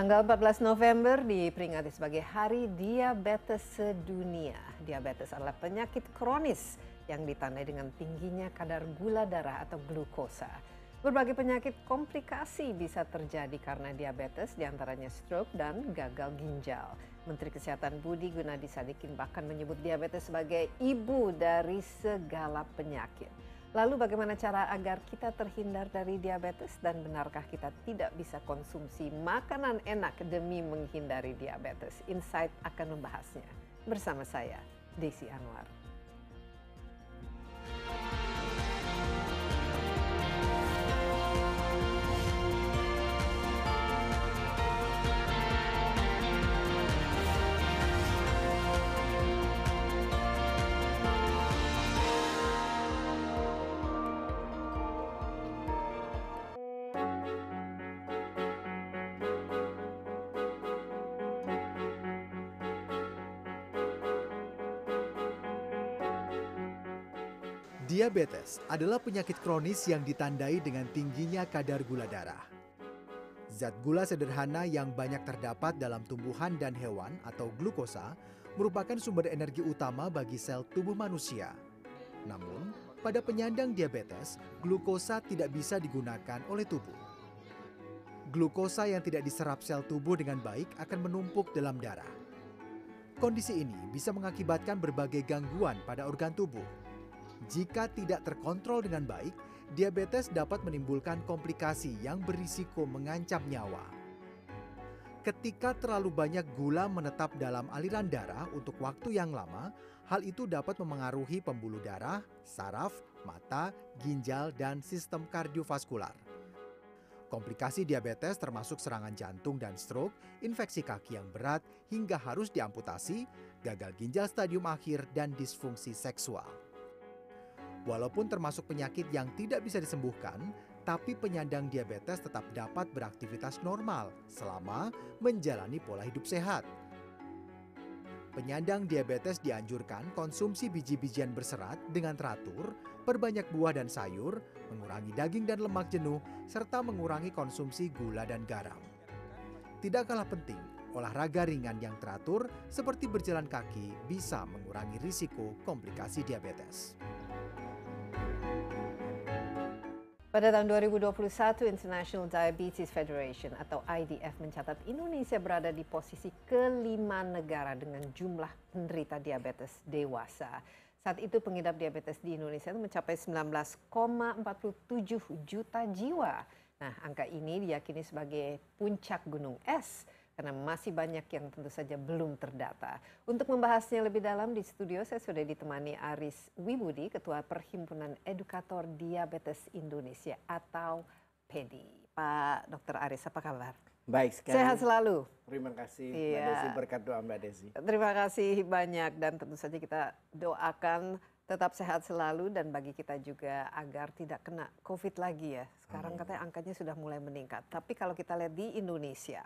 Tanggal 14 November diperingati sebagai Hari Diabetes Sedunia. Diabetes adalah penyakit kronis yang ditandai dengan tingginya kadar gula darah atau glukosa. Berbagai penyakit komplikasi bisa terjadi karena diabetes, diantaranya stroke dan gagal ginjal. Menteri Kesehatan Budi Gunadi Sadikin bahkan menyebut diabetes sebagai ibu dari segala penyakit. Lalu bagaimana cara agar kita terhindar dari diabetes dan benarkah kita tidak bisa konsumsi makanan enak demi menghindari diabetes? Insight akan membahasnya bersama saya, Desi Anwar. Diabetes adalah penyakit kronis yang ditandai dengan tingginya kadar gula darah. Zat gula sederhana yang banyak terdapat dalam tumbuhan dan hewan atau glukosa merupakan sumber energi utama bagi sel tubuh manusia. Namun, pada penyandang diabetes, glukosa tidak bisa digunakan oleh tubuh. Glukosa yang tidak diserap sel tubuh dengan baik akan menumpuk dalam darah. Kondisi ini bisa mengakibatkan berbagai gangguan pada organ tubuh. Jika tidak terkontrol dengan baik, diabetes dapat menimbulkan komplikasi yang berisiko mengancam nyawa. Ketika terlalu banyak gula menetap dalam aliran darah untuk waktu yang lama, hal itu dapat memengaruhi pembuluh darah, saraf, mata, ginjal, dan sistem kardiovaskular. Komplikasi diabetes termasuk serangan jantung dan stroke, infeksi kaki yang berat, hingga harus diamputasi, gagal ginjal stadium akhir, dan disfungsi seksual. Walaupun termasuk penyakit yang tidak bisa disembuhkan, tapi penyandang diabetes tetap dapat beraktivitas normal selama menjalani pola hidup sehat. Penyandang diabetes dianjurkan konsumsi biji-bijian berserat dengan teratur, perbanyak buah dan sayur, mengurangi daging dan lemak jenuh, serta mengurangi konsumsi gula dan garam. Tidak kalah penting, olahraga ringan yang teratur seperti berjalan kaki bisa mengurangi risiko komplikasi diabetes. Pada tahun 2021, International Diabetes Federation atau IDF mencatat Indonesia berada di posisi kelima negara dengan jumlah penderita diabetes dewasa. Saat itu pengidap diabetes di Indonesia mencapai 19,47 juta jiwa. Nah, angka ini diyakini sebagai puncak gunung es karena masih banyak yang tentu saja belum terdata. Untuk membahasnya lebih dalam di studio saya sudah ditemani Aris Wibudi, Ketua Perhimpunan Edukator Diabetes Indonesia atau PEDI. Pak Dr. Aris, apa kabar? Baik sekali. Sehat selalu. Terima kasih Mbak Desi, berkat doa Mbak Desi. Terima kasih banyak dan tentu saja kita doakan tetap sehat selalu dan bagi kita juga agar tidak kena COVID lagi ya. Sekarang katanya angkanya sudah mulai meningkat. Tapi kalau kita lihat di Indonesia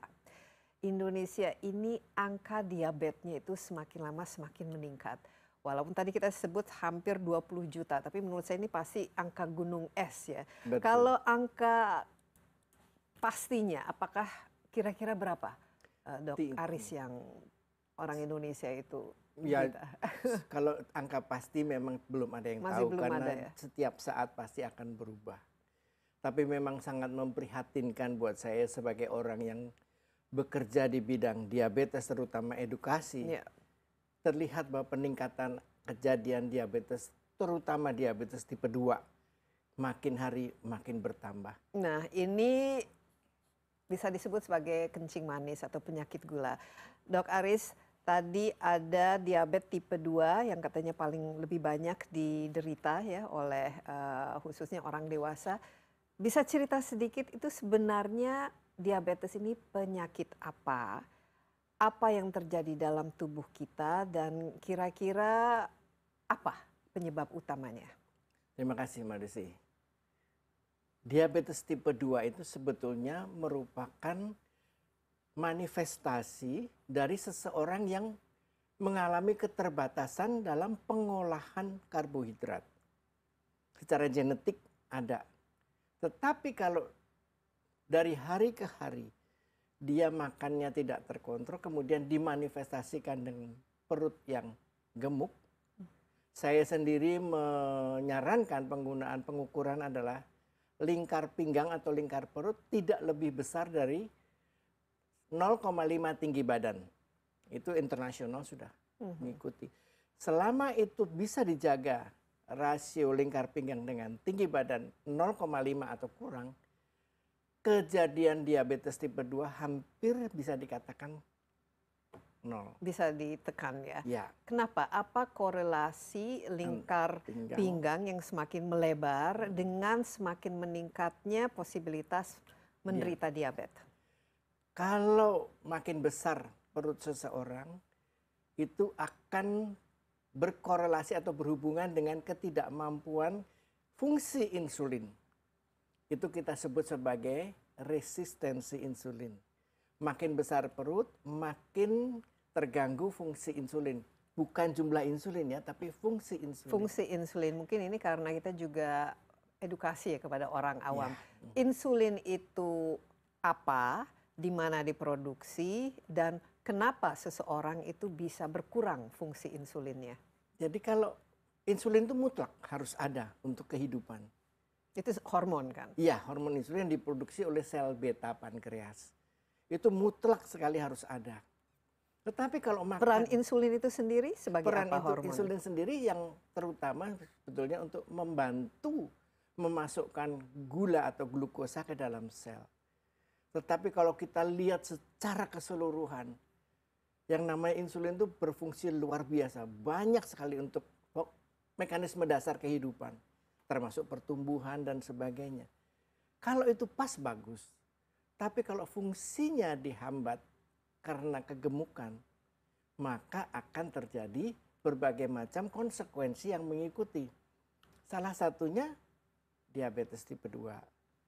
ini angka diabetesnya itu semakin lama semakin meningkat. Walaupun tadi kita sebut hampir 20 juta, tapi menurut saya ini pasti angka gunung es ya. Betul. Kalau angka pastinya, apakah kira-kira berapa, Dok Aris, yang orang Indonesia itu? Ya, kalau angka pasti memang belum ada yang Masih tahu belum karena ada ya? setiap saat pasti akan berubah. Tapi memang sangat memprihatinkan buat saya sebagai orang yang bekerja di bidang diabetes, terutama edukasi, terlihat bahwa peningkatan kejadian diabetes, terutama diabetes tipe 2, makin hari makin bertambah. Nah, ini bisa disebut sebagai kencing manis atau penyakit gula. Dok Aris, tadi ada diabetes tipe 2 yang katanya paling lebih banyak diderita ya oleh khususnya orang dewasa. Bisa cerita sedikit itu sebenarnya diabetes ini penyakit apa? Apa yang terjadi dalam tubuh kita dan kira-kira apa penyebab utamanya? Terima kasih Mbak Desi. Diabetes tipe 2 itu sebetulnya merupakan manifestasi dari seseorang yang mengalami keterbatasan dalam pengolahan karbohidrat. Secara genetik ada. Tetapi kalau dari hari ke hari dia makannya tidak terkontrol, kemudian dimanifestasikan dengan perut yang gemuk. Saya sendiri menyarankan penggunaan pengukuran adalah lingkar pinggang atau lingkar perut tidak lebih besar dari 0,5 tinggi badan. Itu internasional sudah mengikuti. Selama itu bisa dijaga rasio lingkar pinggang dengan tinggi badan 0,5 atau kurang, kejadian diabetes tipe 2 hampir bisa dikatakan nol. Bisa ditekan ya. Ya. Kenapa? Apa korelasi lingkar pinggang yang semakin melebar dengan semakin meningkatnya posibilitas menderita diabetes? Kalau makin besar perut seseorang, itu akan berkorelasi atau berhubungan dengan ketidakmampuan fungsi insulin. Itu kita sebut sebagai resistensi insulin. Makin besar perut, makin terganggu fungsi insulin. Bukan jumlah insulin ya, tapi fungsi insulin. Fungsi insulin, mungkin ini karena kita juga edukasi ya kepada orang awam. Ya. Insulin itu apa, di mana diproduksi, dan kenapa seseorang itu bisa berkurang fungsi insulinnya? Jadi kalau insulin itu mutlak harus ada untuk kehidupan. Itu hormon kan? Iya, hormon insulin yang diproduksi oleh sel beta pankreas. Itu mutlak sekali harus ada. Tetapi kalau makan, peran insulin itu sendiri sebagai peran apa hormon? insulin sendiri yang terutama sebetulnya untuk membantu memasukkan gula atau glukosa ke dalam sel. Tetapi kalau kita lihat secara keseluruhan, yang namanya insulin itu berfungsi luar biasa. Banyak sekali untuk mekanisme dasar kehidupan, termasuk pertumbuhan dan sebagainya. Kalau itu pas bagus, tapi kalau fungsinya dihambat karena kegemukan, maka akan terjadi berbagai macam konsekuensi yang mengikuti. Salah satunya diabetes tipe 2,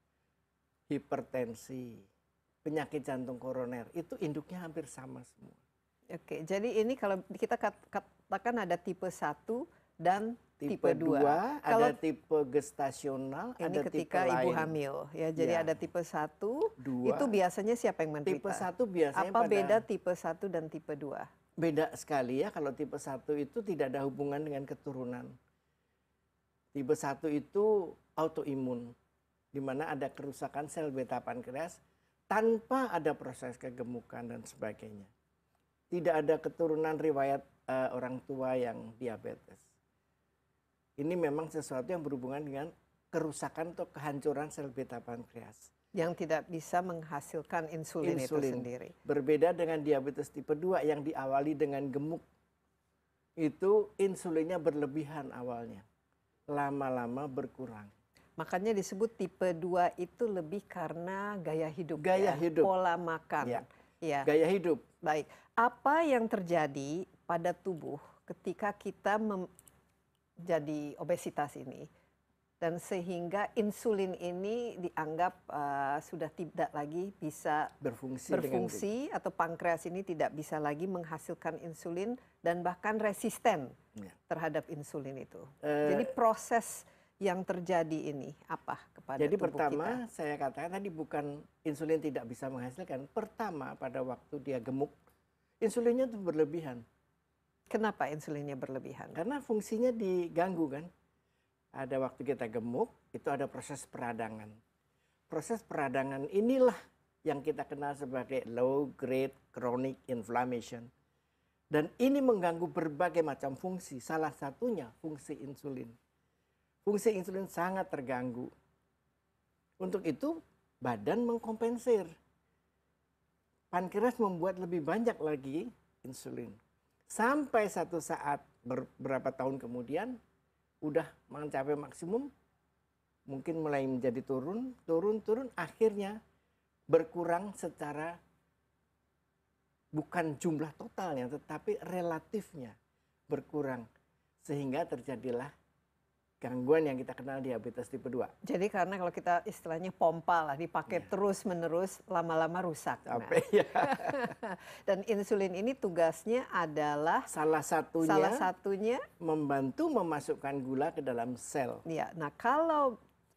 hipertensi, penyakit jantung koroner, itu induknya hampir sama semua. Oke, jadi ini kalau kita katakan ada tipe 1 dan tipe 2. Ada tipe gestasional, ini ada ketika tipe ibu lain. hamil ya. Jadi Ya. ada tipe 1, 2. itu biasanya siapa yang menderita? Tipe 1 biasanya apa beda tipe 1 dan tipe 2? Beda sekali ya, kalau tipe 1 itu tidak ada hubungan dengan keturunan. Tipe 1 itu autoimun, di mana ada kerusakan sel beta pankreas tanpa ada proses kegemukan dan sebagainya. Tidak ada keturunan riwayat orang tua yang diabetes. Ini memang sesuatu yang berhubungan dengan kerusakan atau kehancuran sel beta pankreas. Yang tidak bisa menghasilkan insulin itu sendiri. Berbeda dengan diabetes tipe 2 yang diawali dengan gemuk. Itu insulinnya berlebihan awalnya. Lama-lama berkurang. Makanya disebut tipe 2 itu lebih karena gaya hidup. Gaya hidup. Pola makan. Ya. Ya. Gaya hidup. Baik. Apa yang terjadi pada tubuh ketika kita jadi obesitas ini? Dan sehingga insulin ini dianggap sudah tidak lagi bisa berfungsi atau pankreas ini tidak bisa lagi menghasilkan insulin dan bahkan resisten terhadap insulin itu. Jadi proses yang terjadi ini apa kepada jadi tubuh pertama kita? Saya katakan tadi bukan insulin tidak bisa menghasilkan. Pertama pada waktu dia gemuk, insulinnya itu berlebihan. Kenapa insulinnya berlebihan? Karena fungsinya diganggu kan. Ada waktu kita gemuk, itu ada proses peradangan. Proses peradangan inilah yang kita kenal sebagai low grade chronic inflammation. Dan ini mengganggu berbagai macam fungsi, salah satunya fungsi insulin. Fungsi insulin sangat terganggu. Untuk itu badan mengkompensir. Pankreas membuat lebih banyak lagi insulin. Sampai satu saat beberapa tahun kemudian udah mencapai maksimum, mungkin mulai menjadi turun, akhirnya berkurang secara bukan jumlah totalnya, tetapi relatifnya berkurang. Sehingga terjadilah gangguan yang kita kenal diabetes tipe 2. Jadi karena kalau kita istilahnya pompa lah, dipakai terus-menerus, lama-lama rusak. Sampai Dan insulin ini tugasnya adalah salah satunya membantu memasukkan gula ke dalam sel. Ya, nah kalau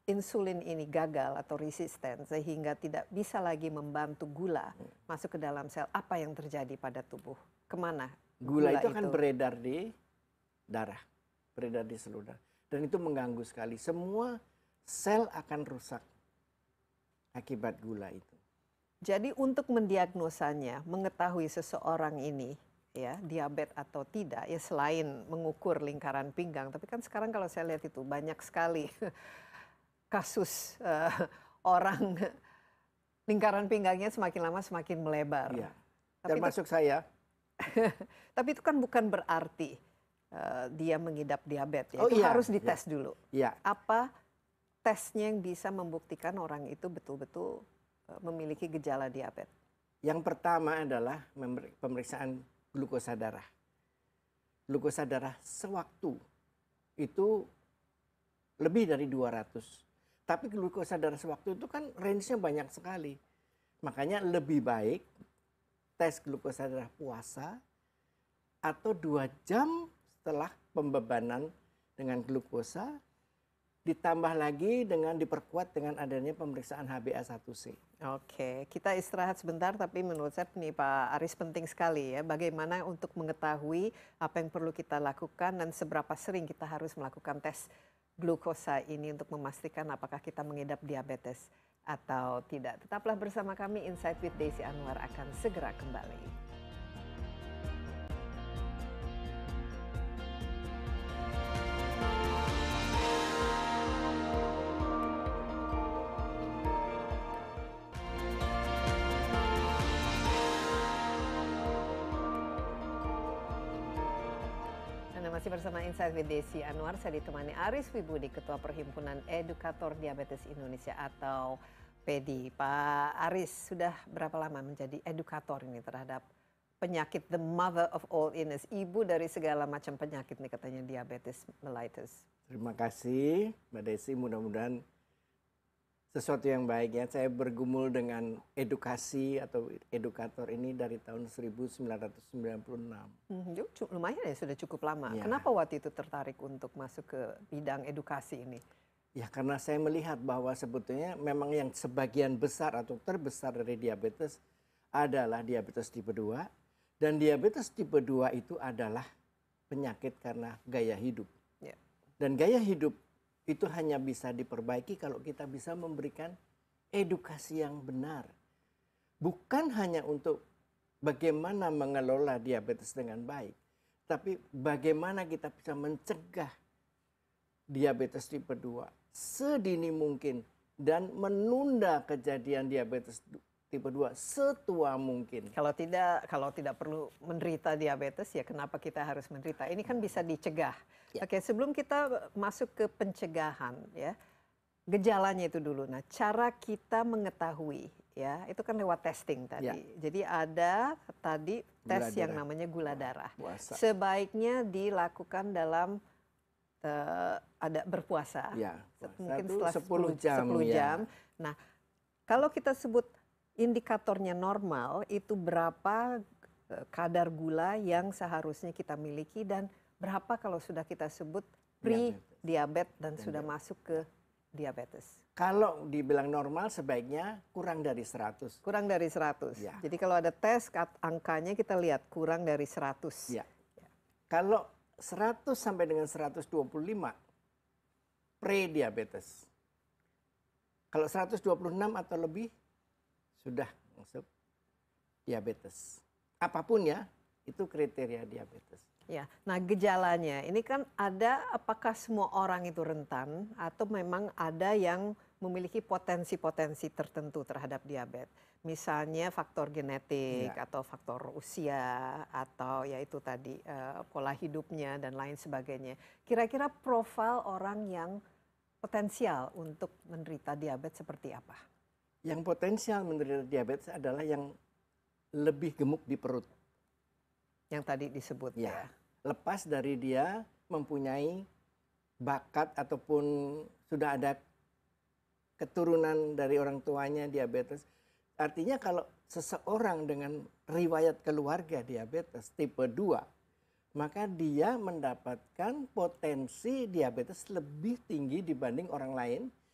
insulin ini gagal atau resisten sehingga tidak bisa lagi membantu gula masuk ke dalam sel, apa yang terjadi pada tubuh? Kemana? Gula itu akan beredar di darah, beredar di seluruh darah. Dan itu mengganggu sekali. Semua sel akan rusak akibat gula itu. Jadi untuk mendiagnosanya, mengetahui seseorang ini ya diabetes atau tidak, ya selain mengukur lingkaran pinggang, tapi kan sekarang kalau saya lihat itu banyak sekali kasus orang lingkaran pinggangnya semakin lama semakin melebar. Iya. itu, Termasuk saya. Tapi itu kan bukan berarti dia mengidap diabetes. Oh, itu iya, harus dites dulu. Iya. Apa tesnya yang bisa membuktikan orang itu betul-betul memiliki gejala diabetes? Yang pertama adalah pemeriksaan glukosa darah. Glukosa darah sewaktu itu lebih dari 200. Tapi glukosa darah sewaktu itu kan range-nya banyak sekali. Makanya lebih baik tes glukosa darah puasa atau 2 jam setelah pembebanan dengan glukosa, ditambah lagi dengan diperkuat dengan adanya pemeriksaan HbA1c. Oke, kita istirahat sebentar, tapi menurut saya nih Pak Aris penting sekali ya, bagaimana untuk mengetahui apa yang perlu kita lakukan dan seberapa sering kita harus melakukan tes glukosa ini untuk memastikan apakah kita mengidap diabetes atau tidak. Tetaplah bersama kami, Insight with Desi Anwar akan segera kembali. Masih bersama Insight with Desi Anwar, saya ditemani Aris Wibudi, Ketua Perhimpunan Edukator Diabetes Indonesia atau PEDI. Pak Aris, sudah berapa lama menjadi edukator ini terhadap penyakit the mother of all illness, ibu dari segala macam penyakit nih katanya diabetes mellitus? Terima kasih Mbak Desi, mudah-mudahan sesuatu yang baik ya. Saya bergumul dengan edukasi atau edukator ini dari tahun 1996. Lumayan ya, sudah cukup lama. Ya. Kenapa waktu itu tertarik untuk masuk ke bidang edukasi ini? Ya karena saya melihat bahwa sebetulnya memang yang sebagian besar atau terbesar dari diabetes adalah diabetes tipe 2. Dan diabetes tipe 2 itu adalah penyakit karena gaya hidup. Ya. Dan gaya hidup itu hanya bisa diperbaiki kalau kita bisa memberikan edukasi yang benar. Bukan hanya untuk bagaimana mengelola diabetes dengan baik, tapi bagaimana kita bisa mencegah diabetes tipe 2 sedini mungkin dan menunda kejadian diabetes tipe 2 setua mungkin. Kalau tidak perlu menderita diabetes, ya kenapa kita harus menderita? Ini kan bisa dicegah. Ya. Oke, sebelum kita masuk ke pencegahan, ya gejalanya itu dulu. Nah, cara kita mengetahui, ya itu kan lewat testing tadi. Ya. Jadi ada tadi tes yang namanya gula darah. Puasa. Sebaiknya dilakukan dalam ada berpuasa. Ya, mungkin setelah 10 jam. 10 jam. Ya. Nah, kalau kita sebut indikatornya normal, itu berapa kadar gula yang seharusnya kita miliki dan berapa kalau sudah kita sebut pre-diabetes dan sudah masuk ke diabetes? Kalau dibilang normal sebaiknya kurang dari 100. Kurang dari 100. Ya. Jadi kalau ada tes angkanya kita lihat kurang dari 100. Ya. Ya. Kalau 100 sampai dengan 125 pre-diabetes. Kalau 126 atau lebih sudah masuk diabetes. Apapun ya, itu kriteria diabetes. Ya, nah gejalanya ini kan ada, apakah semua orang itu rentan atau memang ada yang memiliki potensi-potensi tertentu terhadap diabetes? Misalnya faktor genetik atau faktor usia atau ya itu tadi pola hidupnya dan lain sebagainya. Kira-kira profil orang yang potensial untuk menderita diabetes seperti apa? Yang potensial menderita diabetes adalah yang lebih gemuk di perut. Yang tadi disebut ya. Lepas dari dia mempunyai bakat ataupun sudah ada keturunan dari orang tuanya diabetes. Artinya kalau seseorang dengan riwayat keluarga diabetes tipe 2, maka dia mendapatkan potensi diabetes lebih tinggi dibanding orang lain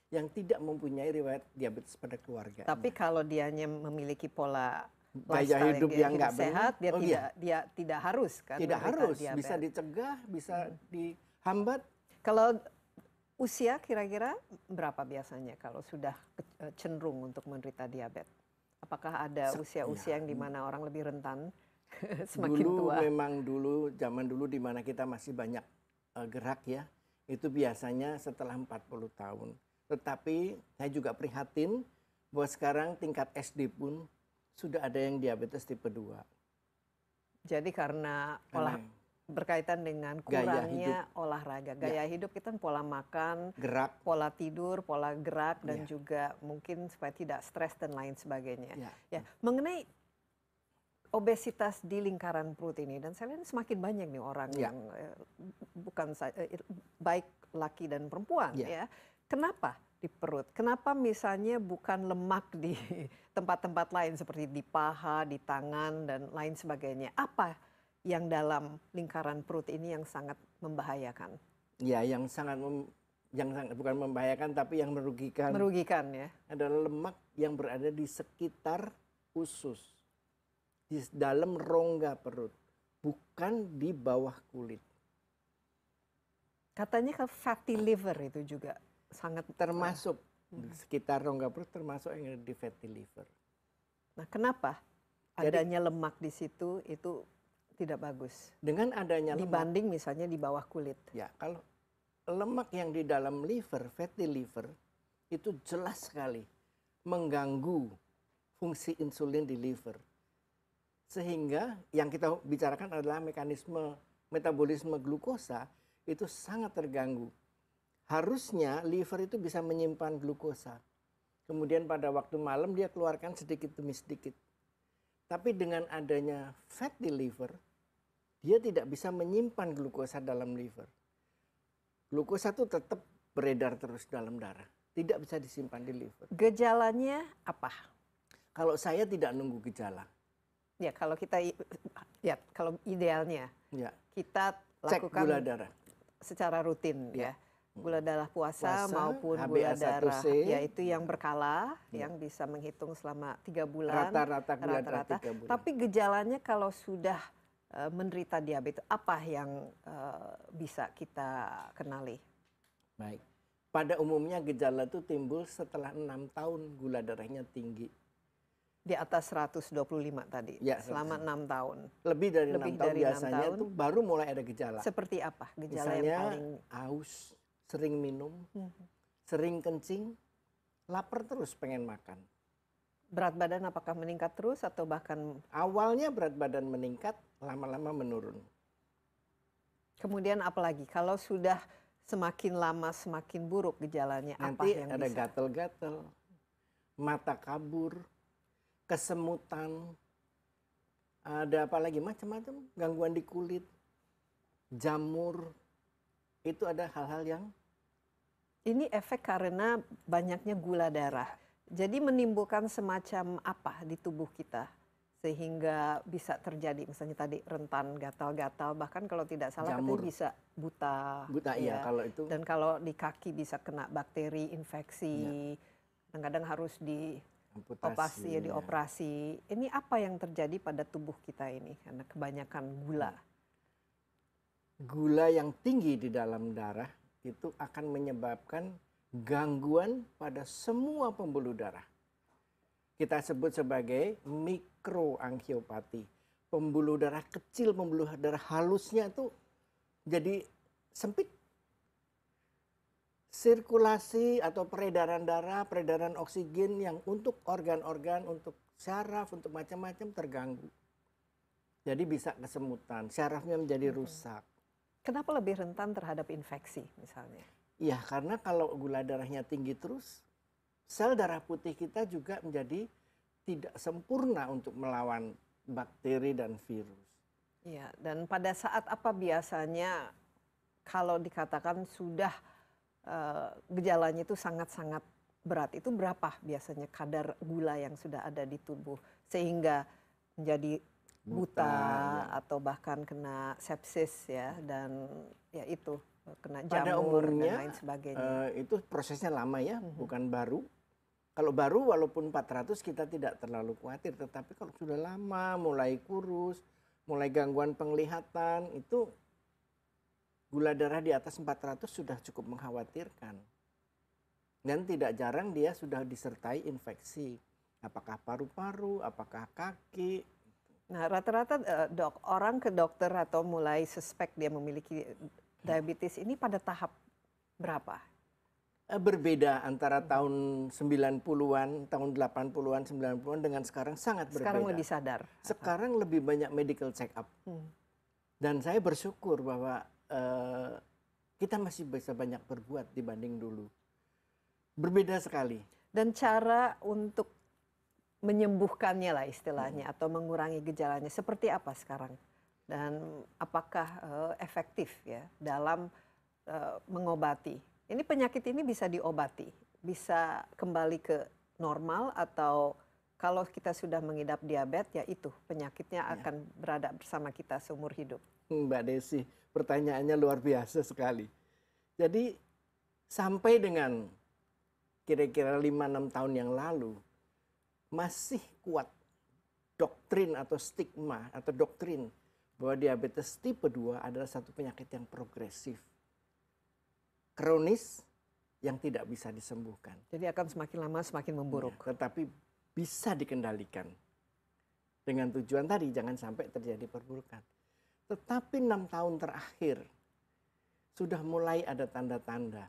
yang tidak mempunyai riwayat diabetes pada keluarga. Tapi kalau dianya memiliki pola gaya hidup yang nggak sehat, benar, dia tidak harus kan? Tidak harus, bisa dicegah, bisa dihambat. Kalau usia kira-kira berapa biasanya kalau sudah cenderung untuk menderita diabetes? Apakah ada usia-usia yang dimana orang lebih rentan semakin tua? Memang zaman dulu di mana kita masih banyak gerak ya, itu biasanya setelah 40 tahun. Tetapi saya juga prihatin bahwa sekarang tingkat SD pun sudah ada yang diabetes tipe 2. Jadi karena berkaitan dengan kurangnya olahraga. Gaya hidup kita pola makan, gerak, pola tidur, pola gerak, dan juga mungkin supaya tidak stres dan lain sebagainya. Ya, mengenai obesitas di lingkaran perut ini, dan saya lihat semakin banyak nih orang yang bukan baik laki dan perempuan ya. Kenapa di perut? Kenapa misalnya bukan lemak di tempat-tempat lain seperti di paha, di tangan dan lain sebagainya? Apa yang dalam lingkaran perut ini yang sangat membahayakan? Ya, yang sangat bukan membahayakan tapi yang merugikan. Merugikan ya. Adalah lemak yang berada di sekitar usus, di dalam rongga perut, bukan di bawah kulit. Katanya ke fatty liver itu juga sangat termasuk di sekitar rongga perut, termasuk yang ada di fatty liver. Nah, kenapa adanya lemak di situ itu tidak bagus dengan adanya dibanding misalnya di bawah kulit? Ya, kalau lemak yang di dalam liver, fatty liver, itu jelas sekali mengganggu fungsi insulin di liver. Sehingga yang kita bicarakan adalah mekanisme metabolisme glukosa itu sangat terganggu. Harusnya liver itu bisa menyimpan glukosa. Kemudian pada waktu malam dia keluarkan sedikit demi sedikit. Tapi dengan adanya fatty liver, dia tidak bisa menyimpan glukosa dalam liver. Glukosa itu tetap beredar terus dalam darah, tidak bisa disimpan di liver. Gejalanya apa? Kalau saya tidak nunggu gejala. Ya, kalau kita kalau idealnya kita cek lakukan gula darah secara rutin ya. Gula darah puasa maupun gula darah yaitu yang berkala yang bisa menghitung selama 3 bulan rata-rata gula darah 3 bulan. Tapi gejalanya kalau sudah menderita diabetes apa yang bisa kita kenali? Baik. Pada umumnya gejala itu timbul setelah 6 tahun gula darahnya tinggi. Di atas 125 tadi, ya, selama 6 tahun. Lebih dari 6 tahun biasanya itu baru mulai ada gejala. Seperti apa gejala misalnya, yang paling? Haus, sering minum, sering kencing, lapar terus pengen makan. Berat badan apakah meningkat terus atau bahkan? Awalnya berat badan meningkat, lama-lama menurun. Kemudian apalagi kalau sudah semakin lama semakin buruk gejalanya, apa yang ada bisa? gatal-gatal, mata kabur, kesemutan, ada apa lagi macam-macam, gangguan di kulit, jamur, itu ada hal-hal yang ini efek karena banyaknya gula darah. Jadi menimbulkan semacam apa di tubuh kita sehingga bisa terjadi misalnya tadi rentan gatal-gatal, bahkan kalau tidak salah katanya bisa buta ya kalau itu. Dan kalau di kaki bisa kena bakteri infeksi, kadang-kadang harus dioperasi. Ini apa yang terjadi pada tubuh kita ini karena kebanyakan gula? Gula yang tinggi di dalam darah itu akan menyebabkan gangguan pada semua pembuluh darah. Kita sebut sebagai mikroangiopati. Pembuluh darah kecil, pembuluh darah halusnya itu jadi sempit. Sirkulasi atau peredaran darah, peredaran oksigen yang untuk organ-organ, untuk syaraf, untuk macam-macam terganggu. Jadi bisa kesemutan, syarafnya menjadi rusak. Kenapa lebih rentan terhadap infeksi misalnya? Ya, karena kalau gula darahnya tinggi terus, sel darah putih kita juga menjadi tidak sempurna untuk melawan bakteri dan virus. Ya, dan pada saat apa biasanya kalau dikatakan sudah gejalanya itu sangat-sangat berat, itu berapa biasanya kadar gula yang sudah ada di tubuh sehingga menjadi buta atau bahkan kena sepsis ya, dan ya itu kena Pada jamur umumnya, dan lain sebagainya? itu prosesnya lama ya, bukan baru. Kalau baru walaupun 400 kita tidak terlalu khawatir, tetapi kalau sudah lama, mulai kurus, mulai gangguan penglihatan, itu gula darah di atas 400 sudah cukup mengkhawatirkan. Dan tidak jarang dia sudah disertai infeksi. Apakah paru-paru, apakah kaki. Nah, rata-rata dok, orang ke dokter atau mulai suspek dia memiliki diabetes ini pada tahap berapa? Berbeda antara tahun 90-an, tahun 80-an, 90-an dengan sekarang sangat berbeda. Sekarang lebih sadar? Sekarang lebih banyak medical check up. Dan saya bersyukur bahwa kita masih bisa banyak berbuat dibanding dulu. Berbeda sekali. Dan cara untuk menyembuhkannya lah istilahnya atau mengurangi gejalanya seperti apa sekarang? Dan apakah efektif ya dalam mengobati? Ini penyakit ini bisa diobati, bisa kembali ke normal atau kalau kita sudah mengidap diabetes ya itu penyakitnya akan berada bersama kita seumur hidup. Mbak Desi, pertanyaannya luar biasa sekali. Jadi sampai dengan kira-kira 5-6 tahun yang lalu masih kuat doktrin atau stigma atau doktrin bahwa diabetes tipe 2 adalah satu penyakit yang progresif, kronis, yang tidak bisa disembuhkan. Jadi akan semakin lama semakin memburuk. Ya, tetapi bisa dikendalikan dengan tujuan tadi jangan sampai terjadi perburukan. Tetapi 6 tahun terakhir sudah mulai ada tanda-tanda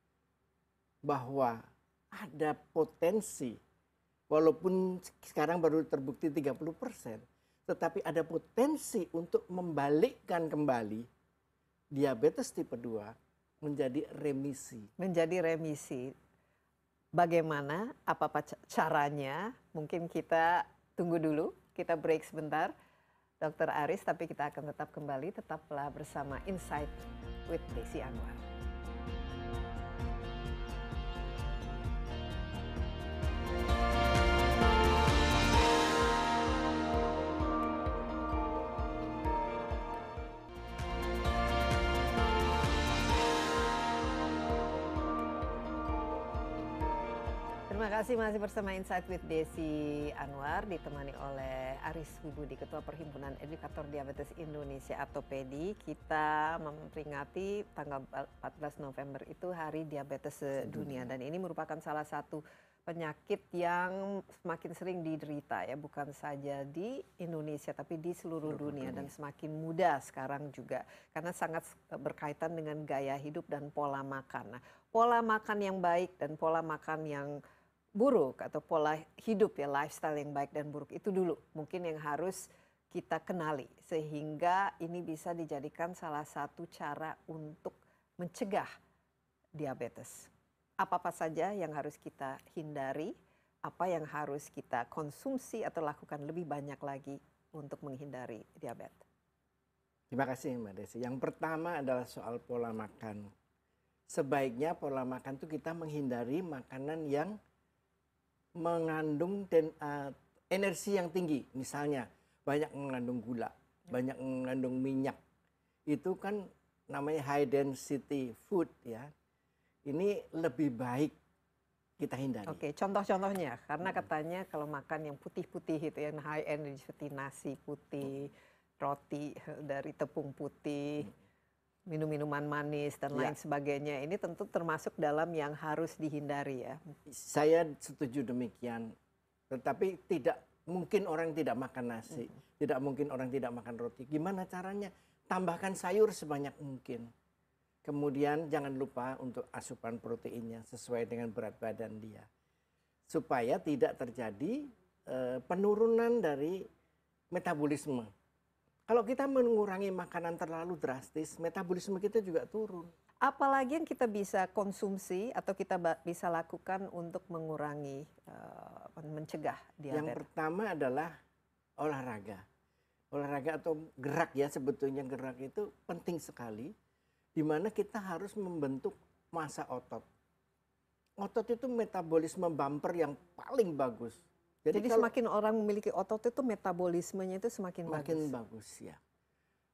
bahwa ada potensi, walaupun sekarang baru terbukti 30%, tetapi ada potensi untuk membalikkan kembali diabetes tipe 2 menjadi remisi. Menjadi remisi. Bagaimana, apa caranya? Mungkin kita tunggu dulu, kita break sebentar. Dr. Aris, tapi kita akan tetap kembali, tetaplah bersama Insight with Desi Anwar. Terima kasih masih bersama Insight with Desi Anwar, ditemani oleh Aris Wibudi, Ketua Perhimpunan Edukator Diabetes Indonesia atau PEDI. Kita memperingati tanggal 14 November itu Hari Diabetes Sedunia, dan ini merupakan salah satu penyakit yang semakin sering diderita ya, bukan saja di Indonesia tapi di seluruh dunia, dan semakin mudah sekarang juga karena sangat berkaitan dengan gaya hidup dan pola makan. Nah, pola makan yang baik dan pola makan yang buruk atau pola hidup ya, lifestyle yang baik dan buruk itu dulu mungkin yang harus kita kenali sehingga ini bisa dijadikan salah satu cara untuk mencegah diabetes. Apa-apa saja yang harus kita hindari, apa yang harus kita konsumsi atau lakukan lebih banyak lagi untuk menghindari diabetes. Terima kasih Mbak Desi. Yang pertama adalah soal pola makan. Sebaiknya pola makan itu kita menghindari makanan yang mengandung energi yang tinggi. Misalnya banyak mengandung gula, banyak mengandung minyak. Itu kan namanya high density food ya. Ini lebih baik kita hindari. Oke, contoh-contohnya, karena katanya kalau makan yang putih-putih itu, yang high energy seperti nasi putih, roti dari tepung putih, minum-minuman manis dan lain sebagainya, ini tentu termasuk dalam yang harus dihindari ya. Saya setuju demikian, tetapi tidak mungkin orang tidak makan nasi, tidak mungkin orang tidak makan roti. Gimana caranya? Tambahkan sayur sebanyak mungkin. Kemudian jangan lupa untuk asupan proteinnya sesuai dengan berat badan dia. Supaya tidak terjadi penurunan dari metabolisme. Kalau kita mengurangi makanan terlalu drastis, metabolisme kita juga turun. Apalagi yang kita bisa konsumsi atau kita bisa lakukan untuk mengurangi, mencegah diabetes? Yang pertama adalah olahraga. Olahraga atau gerak ya, sebetulnya gerak itu penting sekali. Di mana kita harus membentuk massa otot. Otot itu metabolisme bumper yang paling bagus. Jadi semakin orang memiliki otot itu metabolismenya itu semakin bagus ya.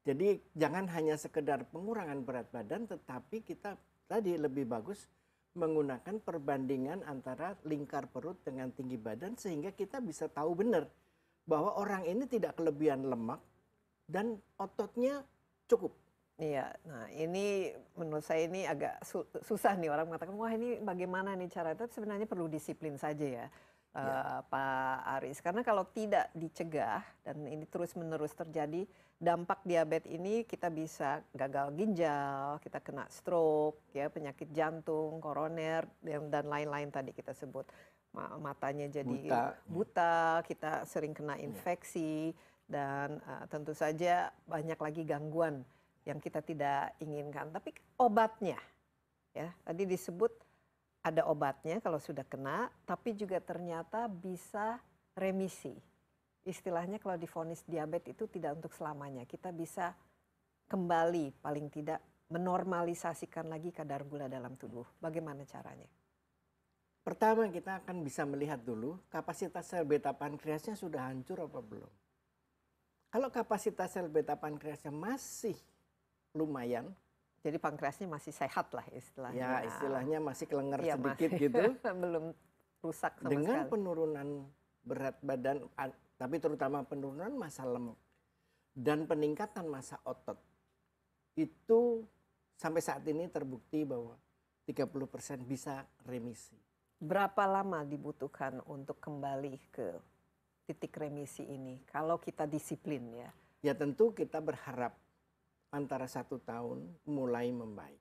Jadi jangan hanya sekedar pengurangan berat badan, tetapi kita tadi lebih bagus menggunakan perbandingan antara lingkar perut dengan tinggi badan sehingga kita bisa tahu benar bahwa orang ini tidak kelebihan lemak dan ototnya cukup. Iya, nah ini menurut saya ini agak susah nih orang mengatakan, wah ini bagaimana nih cara, tapi sebenarnya perlu disiplin saja ya, Pak Aris. Karena kalau tidak dicegah dan ini terus-menerus terjadi, dampak diabetes ini kita bisa gagal ginjal, kita kena stroke, ya penyakit jantung, koroner, dan lain-lain tadi kita sebut. Matanya jadi buta, kita sering kena infeksi, dan tentu saja banyak lagi gangguan yang kita tidak inginkan. Tapi obatnya, ya tadi disebut ada obatnya kalau sudah kena, tapi juga ternyata bisa remisi. Istilahnya kalau divonis diabetes itu tidak untuk selamanya. Kita bisa kembali paling tidak menormalisasikan lagi kadar gula dalam tubuh. Bagaimana caranya? Pertama kita akan bisa melihat dulu kapasitas sel beta pankreasnya sudah hancur apa belum. Kalau kapasitas sel beta pankreasnya masih lumayan. Jadi pankreasnya masih sehat lah istilahnya. Ya istilahnya masih kelenger sedikit gitu. Belum rusak sama dengan sekali. penurunan berat badan, tapi terutama penurunan massa lemak dan peningkatan massa otot. Itu sampai saat ini terbukti bahwa 30% bisa remisi. Berapa lama dibutuhkan untuk kembali ke titik remisi ini? Kalau kita disiplin ya. Ya tentu kita berharap antara 1 tahun mulai membaik.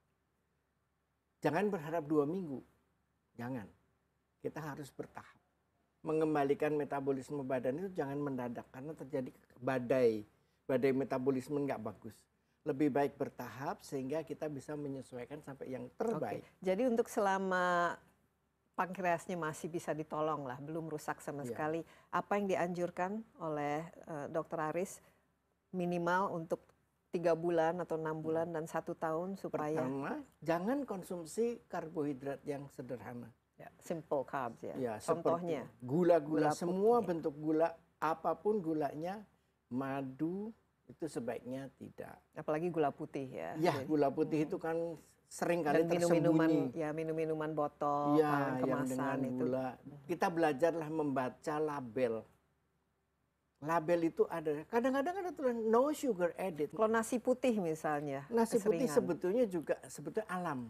Jangan berharap 2 minggu. Jangan. Kita harus bertahap. Mengembalikan metabolisme badan itu jangan mendadak karena terjadi badai. Badai metabolisme nggak bagus. Lebih baik bertahap sehingga kita bisa menyesuaikan sampai yang terbaik. Oke. Jadi untuk selama pankreasnya masih bisa ditolong lah, belum rusak sama sekali, apa yang dianjurkan oleh Dr. Aris minimal untuk 3 bulan atau 6 bulan dan 1 tahun supaya? Pertama, jangan konsumsi karbohidrat yang sederhana. Ya, simple carbs ya. Ya, contohnya gula-gula, gula semua bentuk gula, apapun gulanya, madu itu sebaiknya tidak. Apalagi gula putih ya. Ya, gula putih itu kan sering kali dan tersembunyi. minum-minuman botol, Ya, yang kemasan dengan itu. gula. Kita belajarlah membaca label. Label itu ada, kadang-kadang ada tulisan no sugar added. Kalau nasi putih misalnya, Nasi putih keseringan. sebetulnya alam.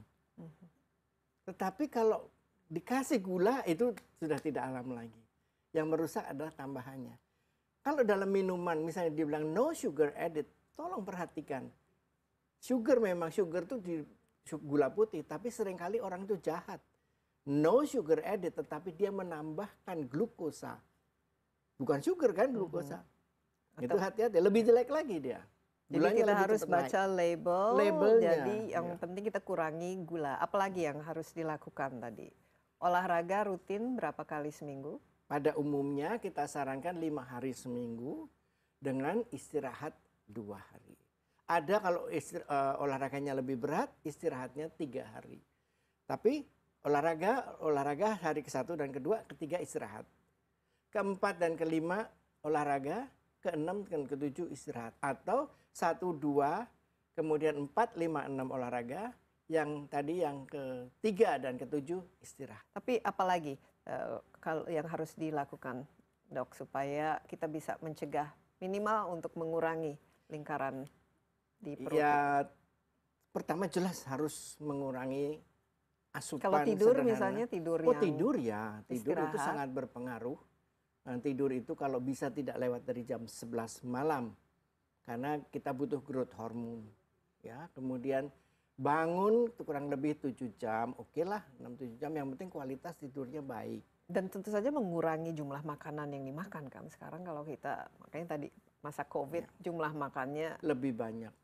Tetapi kalau dikasih gula itu sudah tidak alam lagi. Yang merusak adalah tambahannya. Kalau dalam minuman misalnya dibilang no sugar added, tolong perhatikan. Sugar itu di gula putih, tapi seringkali orang itu jahat. No sugar added, tetapi dia menambahkan glukosa. Bukan sugar kan glukosa. Itu hati-hati, lebih jelek lagi dia. Jadi Gulanya kita lebih harus cepat baca naik. labelnya. Jadi yang penting kita kurangi gula. Apalagi yang harus dilakukan tadi? Olahraga rutin berapa kali seminggu? Pada umumnya kita sarankan 5 hari seminggu dengan istirahat 2 hari. Ada kalau olahraganya lebih berat, istirahatnya 3 hari. Tapi olahraga hari ke-1 dan ke-2, ke-3 istirahat. Ke-4 dan ke-5 olahraga, ke-6 dan ke-7 istirahat. Atau 1, 2, kemudian 4, 5, 6 olahraga, yang tadi yang ke-3 dan ke-7 istirahat. Tapi apalagi kalau yang harus dilakukan, Dok, supaya kita bisa mencegah minimal untuk mengurangi lingkaran di perut? Ya, pertama jelas harus mengurangi asupan. Kalau tidur sederhana. misalnya tidur tidur itu sangat berpengaruh. Tidur itu kalau bisa tidak lewat dari jam 11 malam karena kita butuh growth hormone. Ya, kemudian bangun kurang lebih 7 jam, oke lah 6-7 jam, yang penting kualitas tidurnya baik. Dan tentu saja mengurangi jumlah makanan yang dimakan kan. Sekarang kalau kita, makanya tadi masa COVID jumlah makannya lebih banyak.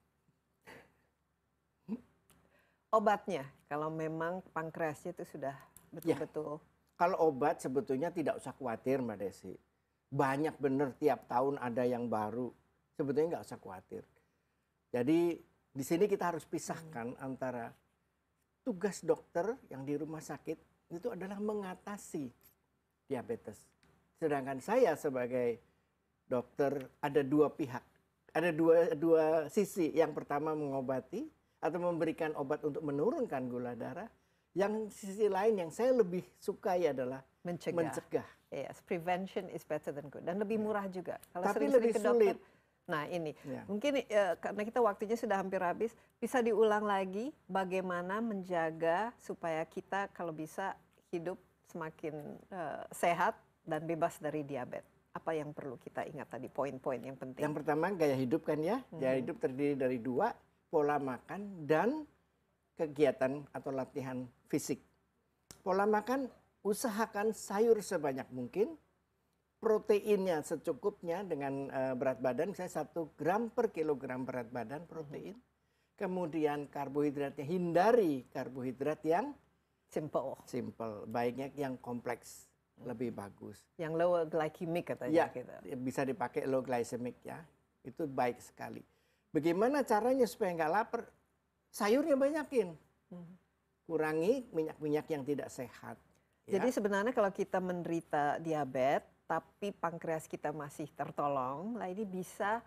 Obatnya, kalau memang pankreasnya itu sudah betul-betul. Kalau obat sebetulnya tidak usah khawatir Mbak Desi. Banyak bener tiap tahun ada yang baru. Sebetulnya nggak usah khawatir. Jadi di sini kita harus pisahkan antara tugas dokter yang di rumah sakit itu adalah mengatasi diabetes. Sedangkan saya sebagai dokter ada 2 pihak. ada dua sisi. Yang pertama mengobati atau memberikan obat untuk menurunkan gula darah. Yang sisi lain yang saya lebih sukai adalah mencegah. Yes, prevention is better than good. Dan lebih murah juga. Kalau Tapi sering-sering lebih ke dokter, sulit. nah ini mungkin karena kita waktunya sudah hampir habis, bisa diulang lagi bagaimana menjaga supaya kita kalau bisa hidup semakin sehat dan bebas dari diabetes. Apa yang perlu kita ingat tadi, poin-poin yang penting? Yang pertama gaya hidup kan ya. Gaya hidup terdiri dari 2, pola makan dan kegiatan atau latihan fisik. Pola makan, usahakan sayur sebanyak mungkin, proteinnya secukupnya dengan berat badan, misalnya 1 gram per kilogram berat badan protein. Kemudian karbohidratnya, hindari karbohidrat yang simple. Baiknya yang kompleks, lebih bagus. Yang low glycemic katanya kita. Bisa dipakai low glycemic ya, itu baik sekali. Bagaimana caranya supaya nggak lapar? Sayurnya banyakin, kurangi minyak-minyak yang tidak sehat. Jadi sebenarnya kalau kita menderita diabetes, tapi pankreas kita masih tertolong, lah ini bisa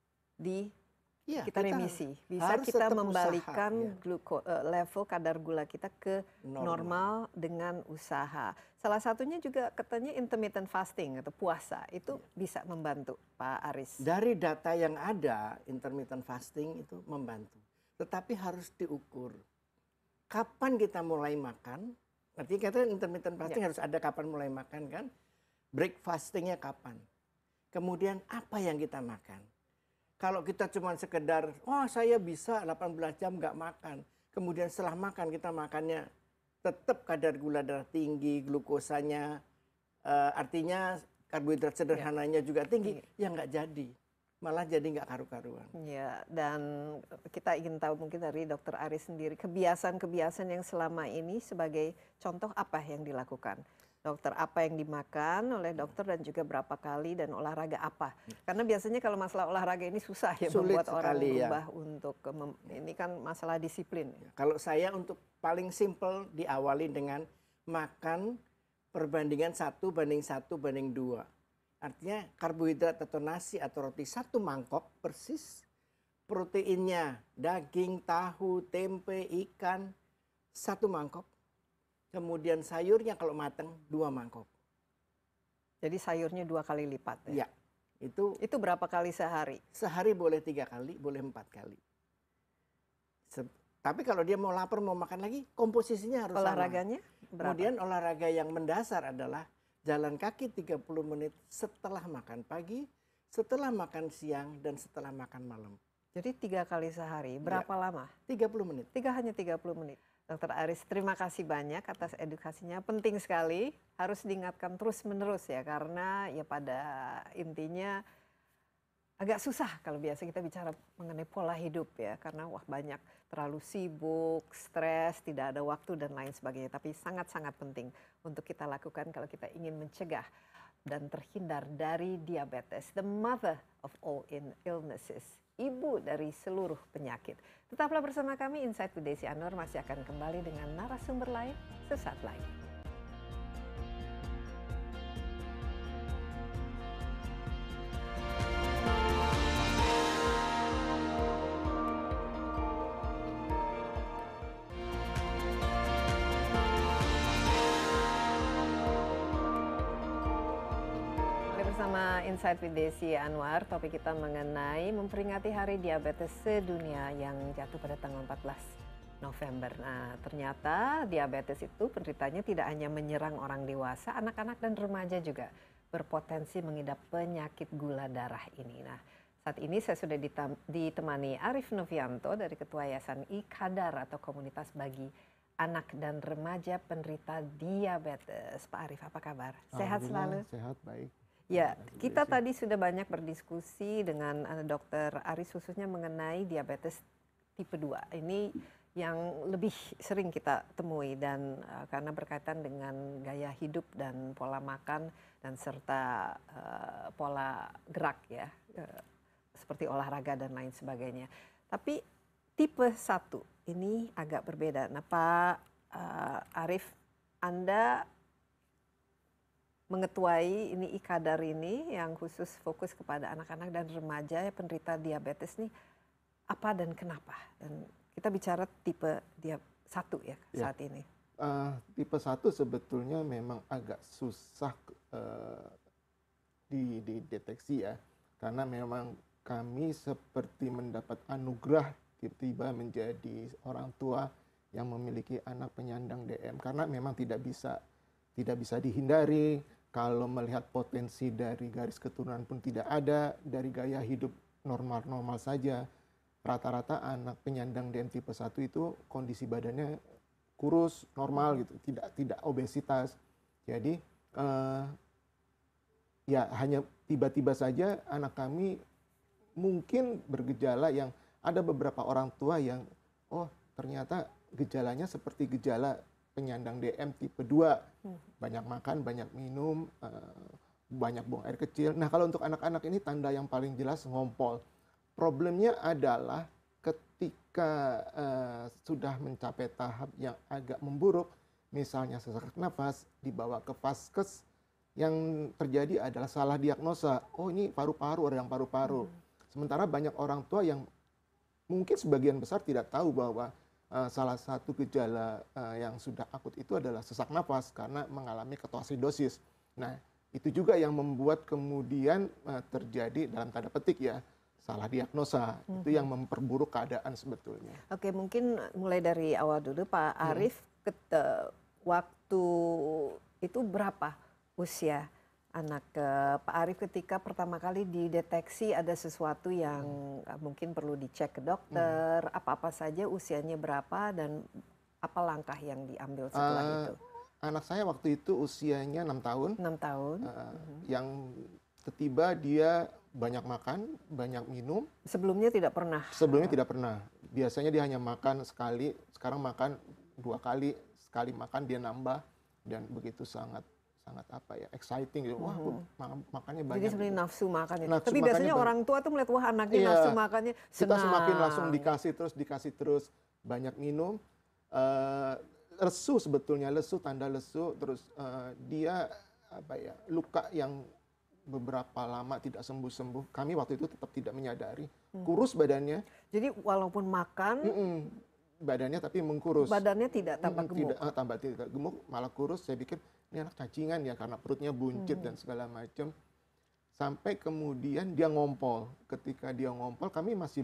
kita remisi, bisa kita membalikan level kadar gula kita ke normal dengan usaha. Salah satunya juga katanya intermittent fasting atau puasa, itu bisa membantu, Pak Aris. Dari data yang ada, intermittent fasting itu membantu. Tetapi harus diukur. Kapan kita mulai makan? Artinya kata intermittent fasting harus ada kapan mulai makan kan? Break fastingnya kapan? Kemudian apa yang kita makan? Kalau kita cuma sekedar, saya bisa 18 jam nggak makan. Kemudian setelah makan kita makannya tetap kadar gula darah tinggi, glukosanya, artinya karbohidrat sederhananya juga tinggi, ya nggak jadi. Malah jadi nggak karu-karuan. Ya, dan kita ingin tahu mungkin dari Dr. Aris sendiri, kebiasaan-kebiasaan yang selama ini sebagai contoh apa yang dilakukan? Dokter, apa yang dimakan oleh dokter dan juga berapa kali dan olahraga apa? Karena biasanya kalau masalah olahraga ini susah ya Sulit membuat orang sekali, berubah untuk ini kan masalah disiplin. Kalau saya untuk paling simple diawali dengan makan perbandingan 1:1:2. Artinya karbohidrat atau nasi atau roti 1 mangkok persis, proteinnya daging, tahu, tempe, ikan 1 mangkok. Kemudian sayurnya kalau matang 2 mangkok. Jadi sayurnya 2 kali lipat ya? Ya, itu berapa kali sehari? Sehari boleh 3 kali, boleh 4 kali. Tapi kalau dia mau lapar mau makan lagi, komposisinya harus olahraganya sama. Berapa? Kemudian olahraga yang mendasar adalah jalan kaki 30 menit setelah makan pagi, setelah makan siang, dan setelah makan malam. Jadi 3 kali sehari. Berapa lama? 30 menit. Hanya 30 menit. Dr. Aris, terima kasih banyak atas edukasinya. Penting sekali, harus diingatkan terus-menerus ya, karena ya pada intinya agak susah kalau biasa kita bicara mengenai pola hidup ya, karena banyak terlalu sibuk, stres, tidak ada waktu dan lain sebagainya. Tapi sangat-sangat penting untuk kita lakukan kalau kita ingin mencegah dan terhindar dari diabetes, the mother of all illnesses, ibu dari seluruh penyakit. Tetaplah bersama kami, Insight with Desi Anwar masih akan kembali dengan narasumber lain sesaat lagi. Bersama Insight with Desi Anwar, topik kita mengenai memperingati Hari Diabetes Sedunia yang jatuh pada tanggal 14 November. Nah, ternyata diabetes itu penderitanya tidak hanya menyerang orang dewasa, anak-anak dan remaja juga berpotensi mengidap penyakit gula darah ini. Nah, saat ini saya sudah ditemani Arif Novianto dari Ketua Yayasan IKADAR atau Komunitas Bagi Anak dan Remaja Penderita Diabetes. Pak Arif, apa kabar? Sehat selalu? Sehat, baik. Ya, kita tadi sudah banyak berdiskusi dengan Dr. Aris khususnya mengenai diabetes tipe 2. Ini yang lebih sering kita temui dan karena berkaitan dengan gaya hidup dan pola makan dan serta pola gerak ya, seperti olahraga dan lain sebagainya. Tapi tipe 1 ini agak berbeda. Nah, Pak Arif, Anda mengetuai ini IKADAR ini yang khusus fokus kepada anak-anak dan remaja ya, penderita diabetes nih, apa dan kenapa? Dan kita bicara tipe dia 1 ya saat ini. Tipe 1 sebetulnya memang agak susah dideteksi ya, karena memang kami seperti mendapat anugerah tiba-tiba menjadi orang tua yang memiliki anak penyandang DM, karena memang tidak bisa dihindari. Kalau melihat potensi dari garis keturunan pun tidak ada, dari gaya hidup normal-normal saja. Rata-rata anak penyandang DM tipe 1 itu kondisi badannya kurus, normal gitu, tidak obesitas. Jadi ya hanya tiba-tiba saja anak kami mungkin bergejala yang ada beberapa orang tua yang ternyata gejalanya seperti gejala penyandang DM tipe 2. Banyak makan, banyak minum, banyak buang air kecil. Nah, kalau untuk anak-anak ini tanda yang paling jelas ngompol. Problemnya adalah ketika sudah mencapai tahap yang agak memburuk, misalnya sesak nafas, dibawa ke vaskes, yang terjadi adalah salah diagnosa. Oh, ini paru-paru, radang paru-paru. Sementara banyak orang tua yang mungkin sebagian besar tidak tahu bahwa salah satu gejala yang sudah akut itu adalah sesak nafas karena mengalami ketoasidosis. Nah, itu juga yang membuat kemudian terjadi dalam tanda petik ya, salah diagnosa. Itu yang memperburuk keadaan sebetulnya. Oke, mungkin mulai dari awal dulu Pak Arief, waktu itu berapa usia anak Pak Arief ketika pertama kali dideteksi ada sesuatu yang mungkin perlu dicek ke dokter, apa-apa saja, usianya berapa, dan apa langkah yang diambil setelah itu? Anak saya waktu itu usianya 6 tahun. 6 tahun. Yang tiba-tiba dia banyak makan, banyak minum. Sebelumnya tidak pernah? Sebelumnya tidak pernah. Biasanya dia hanya makan sekali, sekarang makan 2 kali. Sekali makan dia nambah, dan begitu sangat exciting gitu. Wah, makannya banyak. Jadi sebenarnya nafsu makannya. Nafsu tapi biasanya orang tua tuh melihat, wah anaknya nafsu makannya senang. Kita semakin langsung dikasih terus, banyak minum. Lesu sebetulnya, tanda lesu, terus dia luka yang beberapa lama tidak sembuh-sembuh. Kami waktu itu tetap tidak menyadari. Kurus badannya. Jadi walaupun makan, badannya tapi mengkurus. Badannya tidak tambah gemuk. Tidak gemuk, malah kurus. Saya pikir ini anak cacingan ya karena perutnya buncit dan segala macam. Sampai kemudian dia ngompol. Ketika dia ngompol, kami masih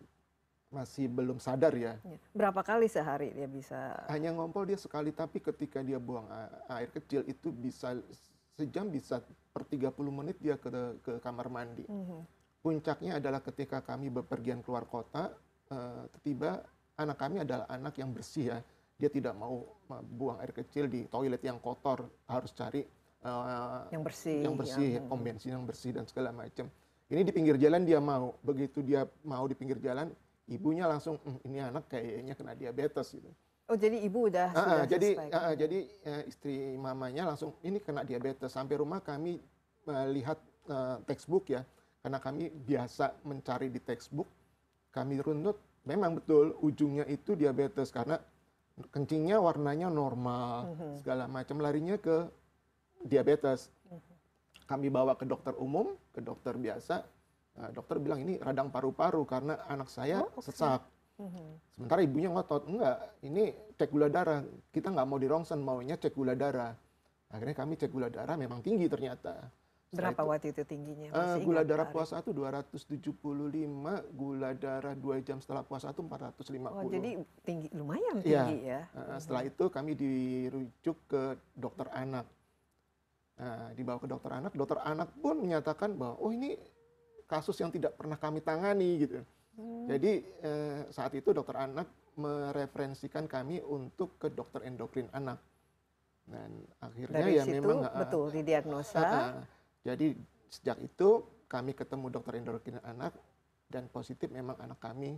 belum sadar ya. Berapa kali sehari dia bisa? Hanya ngompol dia sekali, tapi ketika dia buang air kecil itu bisa sejam, bisa per 30 menit dia ke kamar mandi. Puncaknya adalah ketika kami bepergian keluar kota, tiba-tiba anak kami adalah anak yang bersih ya. Dia tidak mau buang air kecil di toilet yang kotor, harus cari yang bersih, pom bensin yang bersih dan segala macam. Ini di pinggir jalan dia mau. Begitu dia mau di pinggir jalan, ibunya langsung ini anak kayaknya kena diabetes gitu. Oh, jadi ibu sudah jadi istri mamanya langsung ini kena diabetes. Sampai rumah kami melihat textbook ya, karena kami biasa mencari di textbook. Kami runut, memang betul ujungnya itu diabetes karena kencingnya warnanya normal, segala macam, larinya ke diabetes. Kami bawa ke dokter umum, ke dokter biasa. Dokter bilang ini radang paru-paru karena anak saya sesak. Sementara ibunya ngotot, enggak, ini cek gula darah. Kita nggak mau di rongsen, maunya cek gula darah. Akhirnya kami cek gula darah, memang tinggi ternyata. Berapa waktu itu tingginya? Gula darah puasa itu 275, gula darah 2 jam setelah puasa itu 450. Oh, jadi tinggi, lumayan tinggi ya. Setelah itu kami dirujuk ke dokter anak. Dibawa ke dokter anak pun menyatakan bahwa oh ini kasus yang tidak pernah kami tangani gitu. Jadi saat itu dokter anak mereferensikan kami untuk ke dokter endokrin anak. Dan akhirnya dari ya situ, memang betul didiagnosa. Jadi sejak itu kami ketemu dokter endokrin anak dan positif memang anak kami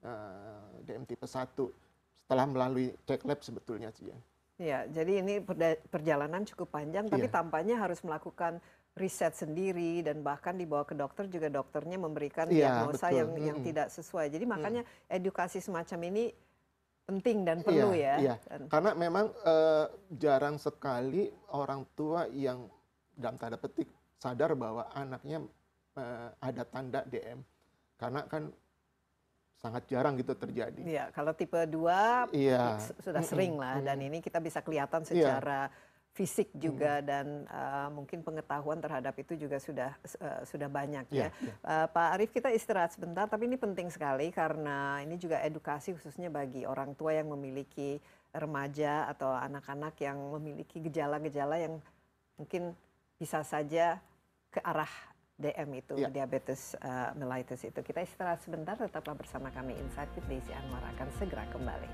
DM tipe 1 setelah melalui cek lab sebetulnya sih ya. Ya, jadi ini perjalanan cukup panjang, tapi tampaknya harus melakukan riset sendiri dan bahkan dibawa ke dokter juga dokternya memberikan diagnosa yang tidak sesuai. Jadi makanya edukasi semacam ini penting dan perlu ya. Karena memang jarang sekali orang tua yang dalam tanda petik sadar bahwa anaknya ada tanda DM, karena kan sangat jarang gitu terjadi. Iya, kalau tipe 2 Iya. sudah sering lah, dan ini kita bisa kelihatan secara fisik juga, dan mungkin pengetahuan terhadap itu juga sudah banyak ya. Pak Arief, kita istirahat sebentar, tapi ini penting sekali karena ini juga edukasi khususnya bagi orang tua yang memiliki remaja atau anak-anak yang memiliki gejala-gejala yang mungkin bisa saja ke arah DM itu, diabetes mellitus itu. Kita istirahat sebentar, tetaplah bersama kami. Insight with Desi Anwar akan segera kembali.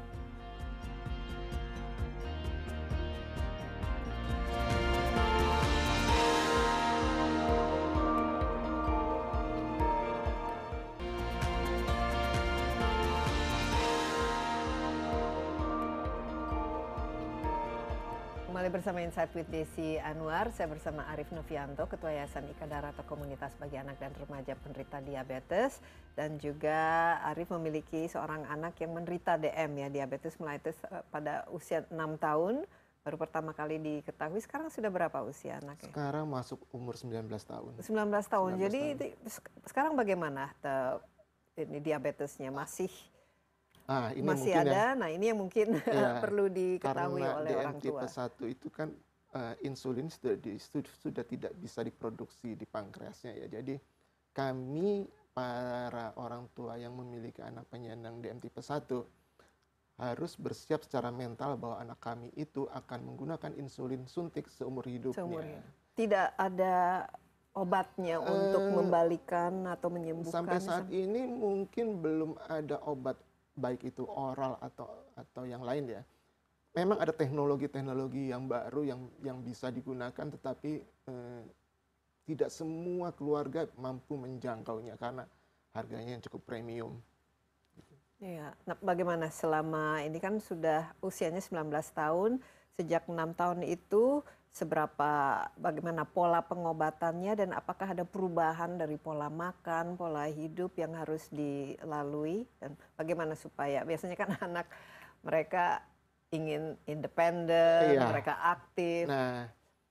Kembali bersama Insight with Desi Anwar, saya bersama Arief Novianto, Ketua Yayasan Ikadar atau Komunitas bagi Anak dan Remaja Penderita Diabetes, dan juga Arief memiliki seorang anak yang menderita DM ya, diabetes mellitus pada usia 6 tahun, baru pertama kali diketahui. Sekarang sudah berapa usia anaknya? Sekarang masuk umur 19 tahun. 19 tahun. Jadi sekarang bagaimana ini diabetesnya? Masih ada. Nah, ini yang mungkin perlu diketahui oleh orang tua. Karena DM tipe 1 itu kan insulin sudah tidak bisa diproduksi di pankreasnya ya. Jadi kami para orang tua yang memiliki anak penyandang DM tipe 1 harus bersiap secara mental bahwa anak kami itu akan menggunakan insulin suntik seumur hidupnya. Tidak ada obatnya untuk membalikan atau menyembuhkan? Sampai saat ini mungkin belum ada obat, baik itu oral atau yang lain ya. Memang ada teknologi-teknologi yang baru yang bisa digunakan, tetapi tidak semua keluarga mampu menjangkaunya karena harganya yang cukup premium. Iya. Nah, bagaimana selama ini kan sudah usianya 19 tahun, sejak 6 tahun itu bagaimana pola pengobatannya, dan apakah ada perubahan dari pola makan, pola hidup yang harus dilalui, dan bagaimana supaya biasanya kan anak mereka ingin independen, mereka aktif. Nah,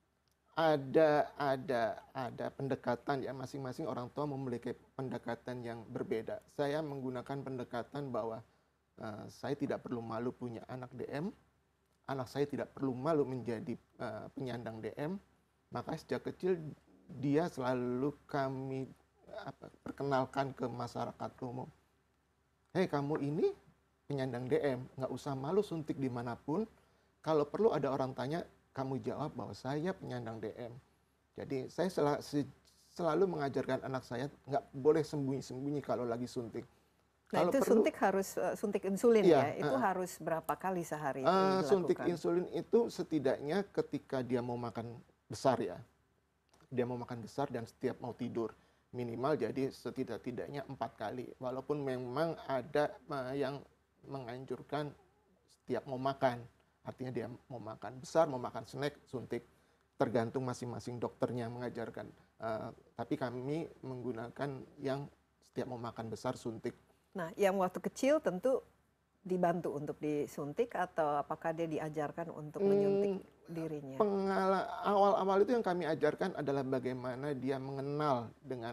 ada pendekatan ya, masing-masing orang tua memiliki pendekatan yang berbeda. Saya menggunakan pendekatan bahwa saya tidak perlu malu punya anak DM. Anak saya tidak perlu malu menjadi penyandang DM, maka sejak kecil dia selalu kami perkenalkan ke masyarakat umum. Hei, kamu ini penyandang DM, nggak usah malu suntik dimanapun. Kalau perlu ada orang tanya, kamu jawab bahwa saya penyandang DM. Jadi saya selalu mengajarkan anak saya nggak boleh sembunyi-sembunyi kalau lagi suntik. Nah, itu suntik harus suntik insulin ya? Itu harus berapa kali sehari itu dilakukan? Suntik insulin itu setidaknya ketika dia mau makan besar ya. Dia mau makan besar dan setiap mau tidur. Minimal jadi setidak-tidaknya 4 kali. Walaupun memang ada yang menganjurkan setiap mau makan. Artinya dia mau makan besar, mau makan snack, suntik. Tergantung masing-masing dokternya mengajarkan. Tapi kami menggunakan yang setiap mau makan besar, suntik. Nah, yang waktu kecil tentu dibantu untuk disuntik, atau apakah dia diajarkan untuk menyuntik dirinya? Awal-awal itu yang kami ajarkan adalah bagaimana dia mengenal dengan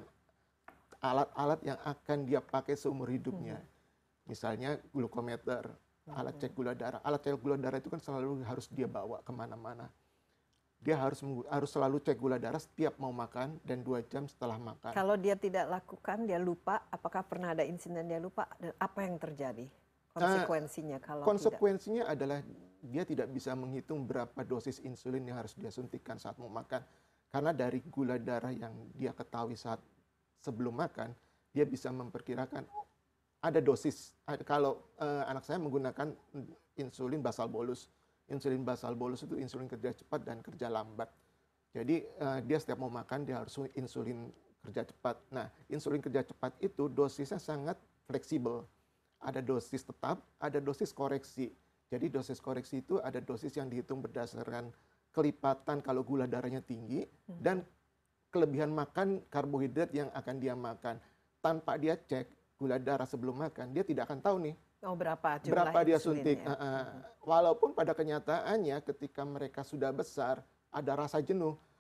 alat-alat yang akan dia pakai seumur hidupnya. Misalnya glukometer, alat cek gula darah. Alat cek gula darah itu kan selalu harus dia bawa kemana-mana. Dia harus selalu cek gula darah setiap mau makan dan 2 jam setelah makan. Kalau dia tidak lakukan, dia lupa, apakah pernah ada insiden dia lupa, dan apa yang terjadi? Konsekuensinya kalau konsekuensinya adalah dia tidak bisa menghitung berapa dosis insulin yang harus dia suntikkan saat mau makan. Karena dari gula darah yang dia ketahui saat sebelum makan, dia bisa memperkirakan ada dosis. Kalau anak saya menggunakan insulin basal bolus. Insulin basal bolus itu insulin kerja cepat dan kerja lambat. Jadi dia setiap mau makan dia harus insulin kerja cepat. Nah, insulin kerja cepat itu dosisnya sangat fleksibel. Ada dosis tetap, ada dosis koreksi. Jadi dosis koreksi itu ada dosis yang dihitung berdasarkan kelipatan kalau gula darahnya tinggi dan kelebihan makan karbohidrat yang akan dia makan. Tanpa dia cek gula darah sebelum makan, dia tidak akan tahu nih berapa dia suntik. Walaupun pada kenyataannya ketika mereka sudah besar, ada rasa jenuh.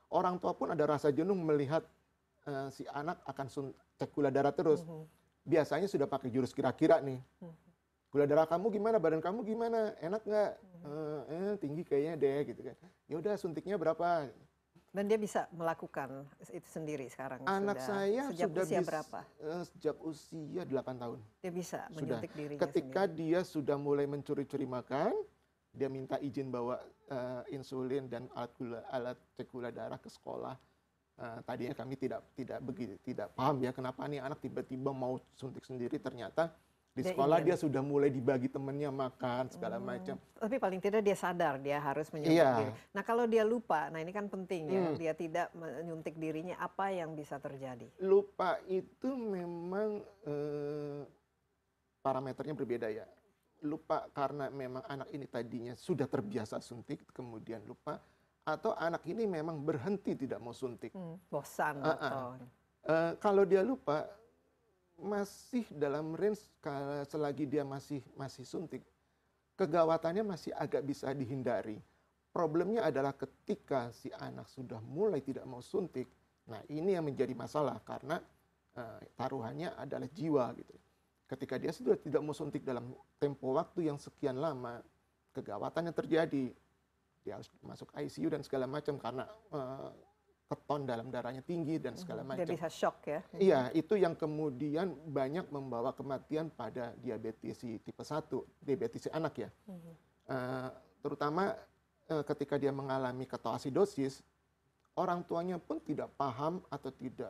orang tua pun ada rasa jenuh melihat si anak akan cek gula darah terus. Biasanya sudah pakai jurus kira-kira nih. Gula darah kamu gimana, badan kamu gimana, enak nggak? Tinggi kayaknya deh, gitu kan. Ya udah, suntiknya berapa? Dan dia bisa melakukan itu sendiri sekarang. Anak saya sejak sudah usia berapa? Sejak usia 8 tahun. Dia bisa Sudah. menyuntik dirinya Ketika sendiri. dia sudah mulai mencuri-curi makan, dia minta izin bawa insulin dan alat cek gula darah ke sekolah. Tadinya kami tidak paham ya kenapa nih anak tiba-tiba mau suntik sendiri. Ternyata di Dia sekolah ingin. dia sudah mulai dibagi temennya makan segala macam. Tapi paling tidak dia sadar dia harus menyuntik Iya. diri. Nah kalau dia lupa, nah ini kan penting ya, dia tidak menyuntik dirinya, apa yang bisa terjadi? Lupa itu memang parameternya berbeda ya. Lupa karena memang anak ini tadinya sudah terbiasa suntik, kemudian lupa, atau anak ini memang berhenti tidak mau suntik. Bosan atau... Kalau dia lupa, masih dalam range selagi dia masih suntik, kegawatannya masih agak bisa dihindari. Problemnya adalah ketika si anak sudah mulai tidak mau suntik, nah ini yang menjadi masalah karena taruhannya adalah jiwa gitu. Ketika dia sudah tidak mau suntik dalam tempo waktu yang sekian lama, kegawatannya terjadi. Dia harus masuk ICU dan segala macam karena keton dalam darahnya tinggi dan segala macam. Dia bisa shock ya? Iya, itu yang kemudian banyak membawa kematian pada diabetes tipe 1, diabetes anak ya. Terutama ketika dia mengalami ketoasidosis, orang tuanya pun tidak paham atau tidak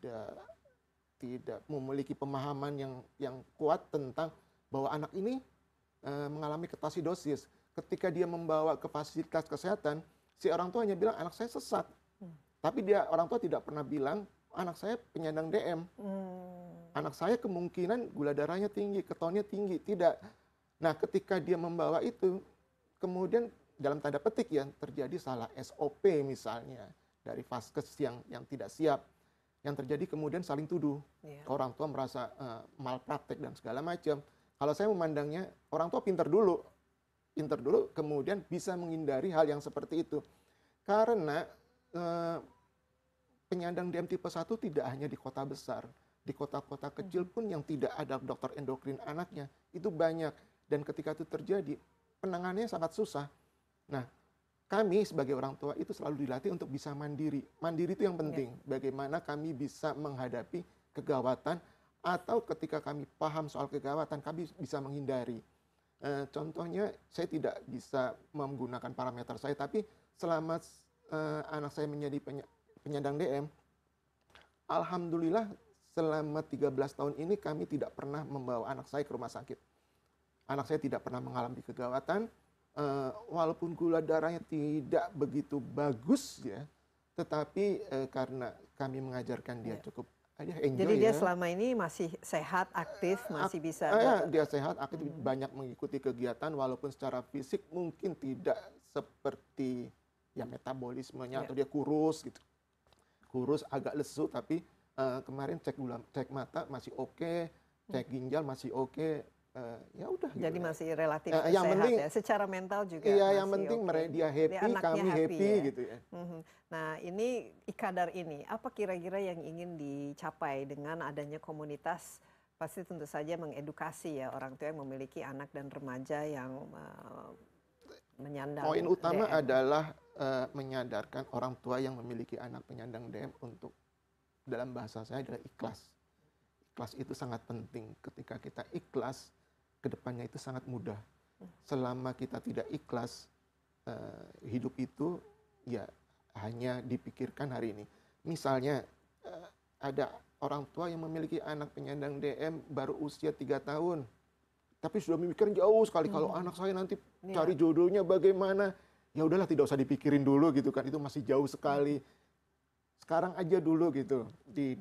memiliki pemahaman yang kuat tentang bahwa anak ini mengalami ketoasidosis. Ketika dia membawa ke fasilitas kesehatan, si orang tua hanya bilang anak saya sesak. Tapi orang tua tidak pernah bilang anak saya penyandang DM. Anak saya kemungkinan gula darahnya tinggi, ketonnya tinggi. Tidak. Nah, ketika dia membawa itu, kemudian dalam tanda petik ya terjadi salah SOP misalnya dari vaskes yang tidak siap. Yang terjadi kemudian saling tuduh. Orang tua merasa malpraktek dan segala macam. Kalau saya memandangnya orang tua pintar dulu, kemudian bisa menghindari hal yang seperti itu. Karena penyandang DM tipe 1 tidak hanya di kota besar, di kota-kota kecil pun yang tidak ada dokter endokrin anaknya, itu banyak. Dan ketika itu terjadi, penanganannya sangat susah. Nah, kami sebagai orang tua itu selalu dilatih untuk bisa mandiri. Mandiri itu yang penting. Bagaimana kami bisa menghadapi kegawatan, atau ketika kami paham soal kegawatan, kami bisa menghindari. Contohnya, saya tidak bisa menggunakan parameter saya, tapi selama anak saya menjadi penyandang DM, alhamdulillah selama 13 tahun ini kami tidak pernah membawa anak saya ke rumah sakit. Anak saya tidak pernah mengalami kegawatan, walaupun gula darahnya tidak begitu bagus ya, tetapi karena kami mengajarkan dia cukup enjoy. Jadi dia selama ini masih sehat, aktif, masih bisa. Dia sehat, aktif, banyak mengikuti kegiatan, walaupun secara fisik mungkin tidak seperti ya metabolismenya atau dia kurus gitu, kurus agak lesu, tapi kemarin cek mata masih oke, cek ginjal masih oke, ya udah. Jadi gitu. Masih relatif yang sehat penting, ya, secara mental juga. Iya, yang penting dia happy, kami happy ya. Gitu ya. Nah ini Ikadar ini, apa kira-kira yang ingin dicapai dengan adanya komunitas? Pasti tentu saja mengedukasi ya orang tua yang memiliki anak dan remaja yang menyandang. Poin utama DM. adalah menyadarkan orang tua yang memiliki anak penyandang DM untuk, dalam bahasa saya adalah ikhlas. Ikhlas itu sangat penting. Ketika kita ikhlas, kedepannya itu sangat mudah. Selama kita tidak ikhlas, hidup itu ya hanya dipikirkan hari ini. Misalnya ada orang tua yang memiliki anak penyandang DM baru usia 3 tahun. Tapi sudah memikirkan jauh sekali, kalau anak saya nanti cari jodohnya bagaimana. Ya udahlah, tidak usah dipikirin dulu gitu kan, itu masih jauh sekali. Sekarang aja dulu gitu, di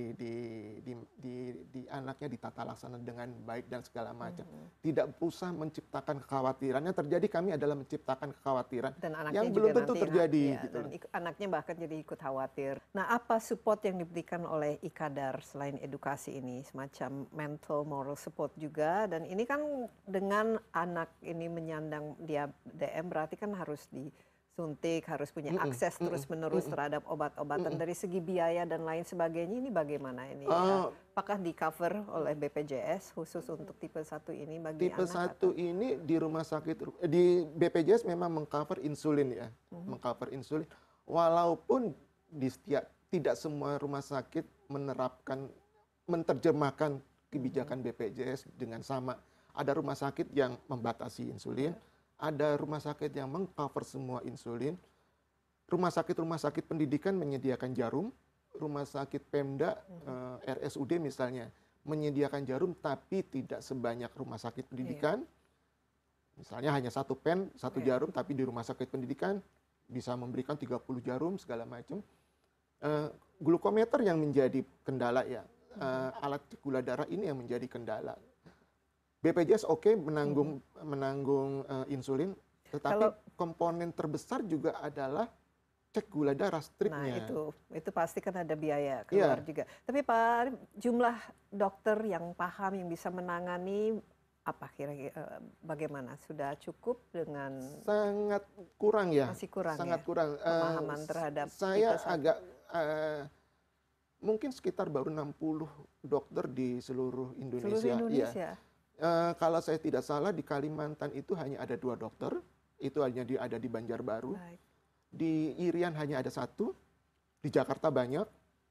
anaknya ditata laksana dengan baik dan segala macam. Tidak usah menciptakan kekhawatiran. Yang terjadi kami adalah menciptakan kekhawatiran dan yang belum tentu terjadi. Ya, gitu. Dan anaknya bahkan jadi ikut khawatir. Nah, apa support yang diberikan oleh Ikadar selain edukasi ini? Semacam mental, moral support juga. Dan ini kan dengan anak ini menyandang dia DM berarti kan harus suntik, harus punya akses terus-menerus terhadap obat-obatan. Dari segi biaya dan lain sebagainya, ini bagaimana ini? Apakah di-cover oleh BPJS khusus untuk tipe 1 ini bagi tipe anak? Tipe 1 ini di rumah sakit, di BPJS memang mengcover insulin ya, mengcover insulin. Walaupun tidak semua rumah sakit menerjemahkan kebijakan BPJS dengan sama. Ada rumah sakit yang membatasi insulin, ada rumah sakit yang mengcover semua insulin. Rumah sakit pendidikan menyediakan jarum, rumah sakit Pemda, RSUD misalnya, menyediakan jarum, tapi tidak sebanyak rumah sakit pendidikan. Misalnya hanya 1 pen, 1 jarum, tapi di rumah sakit pendidikan bisa memberikan 30 jarum, segala macam. Glukometer yang menjadi kendala ya, alat cek gula darah ini yang menjadi kendala. BPJS menanggung insulin, tetapi komponen terbesar juga adalah cek gula darah stripnya. Nah itu pasti kan ada biaya keluar juga. Tapi Pak Arief, jumlah dokter yang paham, yang bisa menangani apa kira-kira bagaimana? Sudah cukup dengan? Sangat kurang ya. Masih kurang sangat ya? kurang. Pemahaman terhadap saya agak mungkin sekitar baru 60 dokter di seluruh Indonesia. Seluruh Indonesia? Ya. Kalau saya tidak salah di Kalimantan itu hanya ada 2 dokter, itu hanya ada di Banjarbaru. Baik. Di Irian hanya ada 1, di Jakarta banyak,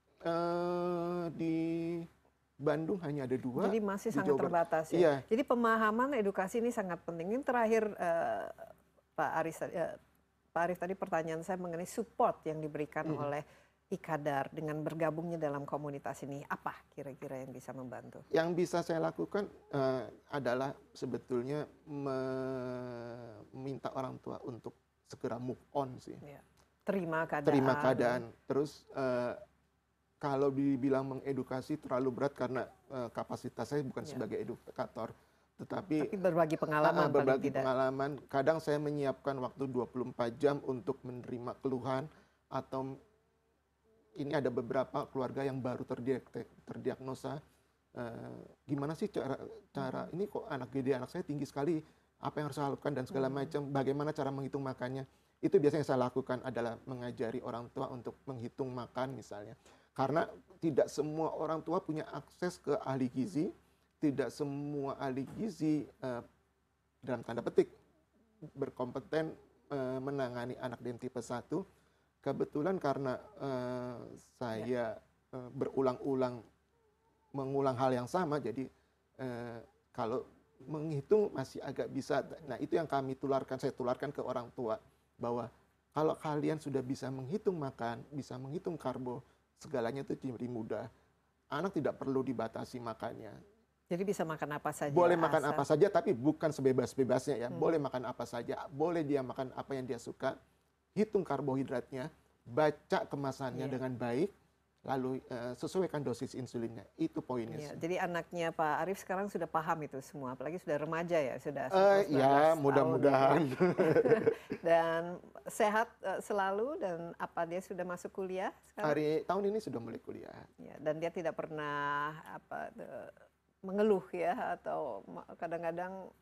di Bandung hanya ada 2. Jadi masih sangat terbatas ya. Iya. Jadi pemahaman edukasi ini sangat penting. Ini terakhir Pak Arief tadi pertanyaan saya mengenai support yang diberikan oleh Ikadar dengan bergabungnya dalam komunitas ini, apa kira-kira yang bisa membantu? Yang bisa saya lakukan adalah sebetulnya meminta orang tua untuk segera move on sih. Ya. Terima keadaan. Terus kalau dibilang mengedukasi terlalu berat karena kapasitas saya bukan sebagai edukator, tapi berbagi pengalaman. Pengalaman. Kadang saya menyiapkan waktu 24 jam untuk menerima keluhan, atau ini ada beberapa keluarga yang baru terdiagnosa. Gimana sih cara ini kok anak saya tinggi sekali, apa yang harus saya lakukan dan segala macam, bagaimana cara menghitung makannya. Itu biasanya saya lakukan adalah mengajari orang tua untuk menghitung makan misalnya. Karena tidak semua orang tua punya akses ke ahli gizi, tidak semua ahli gizi dalam tanda petik berkompeten menangani anak dengan tipe 1. Kebetulan karena saya berulang-ulang mengulang hal yang sama, jadi kalau menghitung masih agak bisa. Nah itu yang saya tularkan ke orang tua, bahwa kalau kalian sudah bisa menghitung makan, bisa menghitung karbo, segalanya itu jadi mudah. Anak tidak perlu dibatasi makannya. Jadi bisa makan apa saja. Boleh makan apa saja, tapi bukan sebebas-bebasnya ya. Boleh makan apa saja, boleh dia makan apa yang dia suka. Hitung karbohidratnya, baca kemasannya dengan baik, lalu sesuaikan dosis insulinnya. Itu poinnya. Ya, jadi anaknya Pak Arief sekarang sudah paham itu semua, apalagi sudah remaja ya, sudah ya mudah-mudahan. Dan sehat selalu, dan apa dia sudah masuk kuliah sekarang? Tahun ini sudah mulai kuliah. Ya, dan dia tidak pernah mengeluh ya, atau kadang-kadang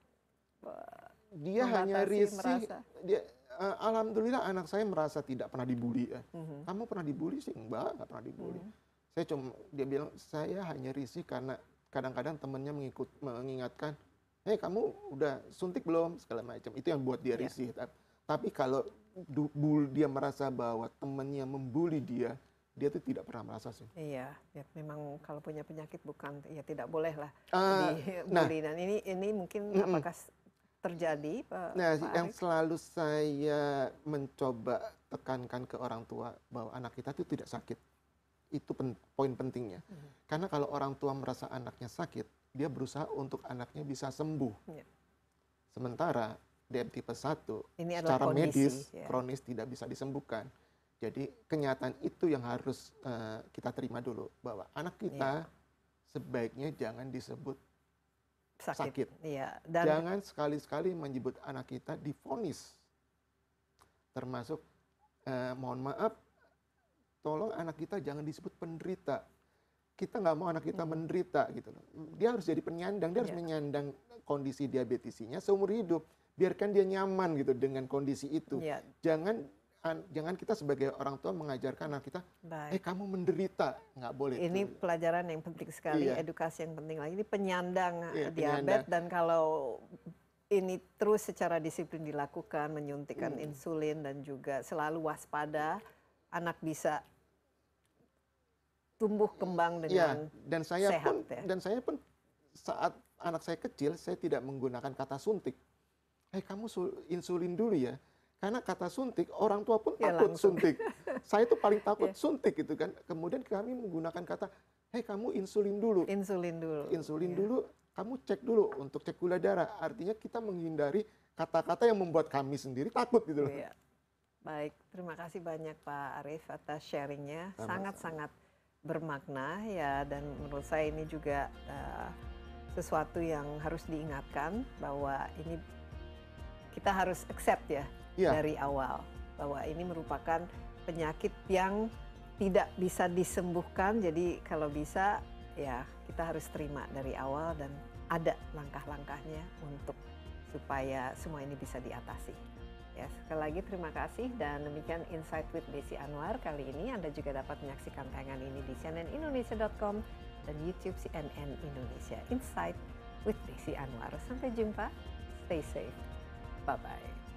dia hanya risih. Alhamdulillah anak saya merasa tidak pernah dibully ya. Kamu pernah dibully sih? Enggak pernah dibully. Dia bilang saya hanya risih karena kadang-kadang temannya mengingatkan, "Hei, kamu udah suntik belum?" segala macam. Itu yang buat dia risih. Tapi kalau dia merasa bahwa temannya membuli dia tuh tidak pernah merasa sih. Iya, ya, memang kalau punya penyakit tidak boleh lah dibully. Dan ini mungkin apakah terjadi, Pak yang selalu saya mencoba tekankan ke orang tua bahwa anak kita itu tidak sakit. Itu poin pentingnya. Karena kalau orang tua merasa anaknya sakit, dia berusaha untuk anaknya bisa sembuh. Sementara DM tipe 1 ini secara medis kronis tidak bisa disembuhkan. Jadi kenyataan itu yang harus kita terima dulu, bahwa anak kita sebaiknya jangan disebut sakit. Iya. Dan jangan sekali-sekali menyebut anak kita divonis. Termasuk, mohon maaf, tolong anak kita jangan disebut penderita. Kita nggak mau anak kita menderita gitu loh. Dia harus jadi penyandang, dia harus menyandang kondisi diabetesinya seumur hidup. biarkan dia nyaman gitu dengan kondisi itu. Ya. Jangan kita sebagai orang tua mengajarkan anak kita, kamu menderita, nggak boleh. Ini pelajaran yang penting sekali, Iya. edukasi yang penting lagi. Ini penyandang Iya, diabetes, dan kalau ini terus secara disiplin dilakukan, menyuntikkan insulin dan juga selalu waspada, anak bisa tumbuh kembang dengan dan sehat. Saya pun saat anak saya kecil, saya tidak menggunakan kata suntik. Kamu insulin dulu ya. Karena kata suntik, orang tua pun takut suntik. Saya tuh paling takut suntik gitu kan. Kemudian kami menggunakan kata, kamu insulin dulu. Insulin dulu, kamu cek dulu untuk cek gula darah. Artinya kita menghindari kata-kata yang membuat kami sendiri takut gitu loh. Iya. Baik, terima kasih banyak Pak Arief atas sharingnya. Sangat-sangat bermakna ya, dan menurut saya ini juga sesuatu yang harus diingatkan bahwa ini kita harus accept ya dari awal bahwa ini merupakan penyakit yang tidak bisa disembuhkan. Jadi kalau bisa ya kita harus terima dari awal dan ada langkah-langkahnya untuk supaya semua ini bisa diatasi. Ya, sekali lagi terima kasih, dan demikian Insight with Desi Anwar kali ini. Anda juga dapat menyaksikan tayangan ini di cnnindonesia.com dan YouTube CNN Indonesia. Insight with Desi Anwar. Sampai jumpa. Stay safe. Bye-bye.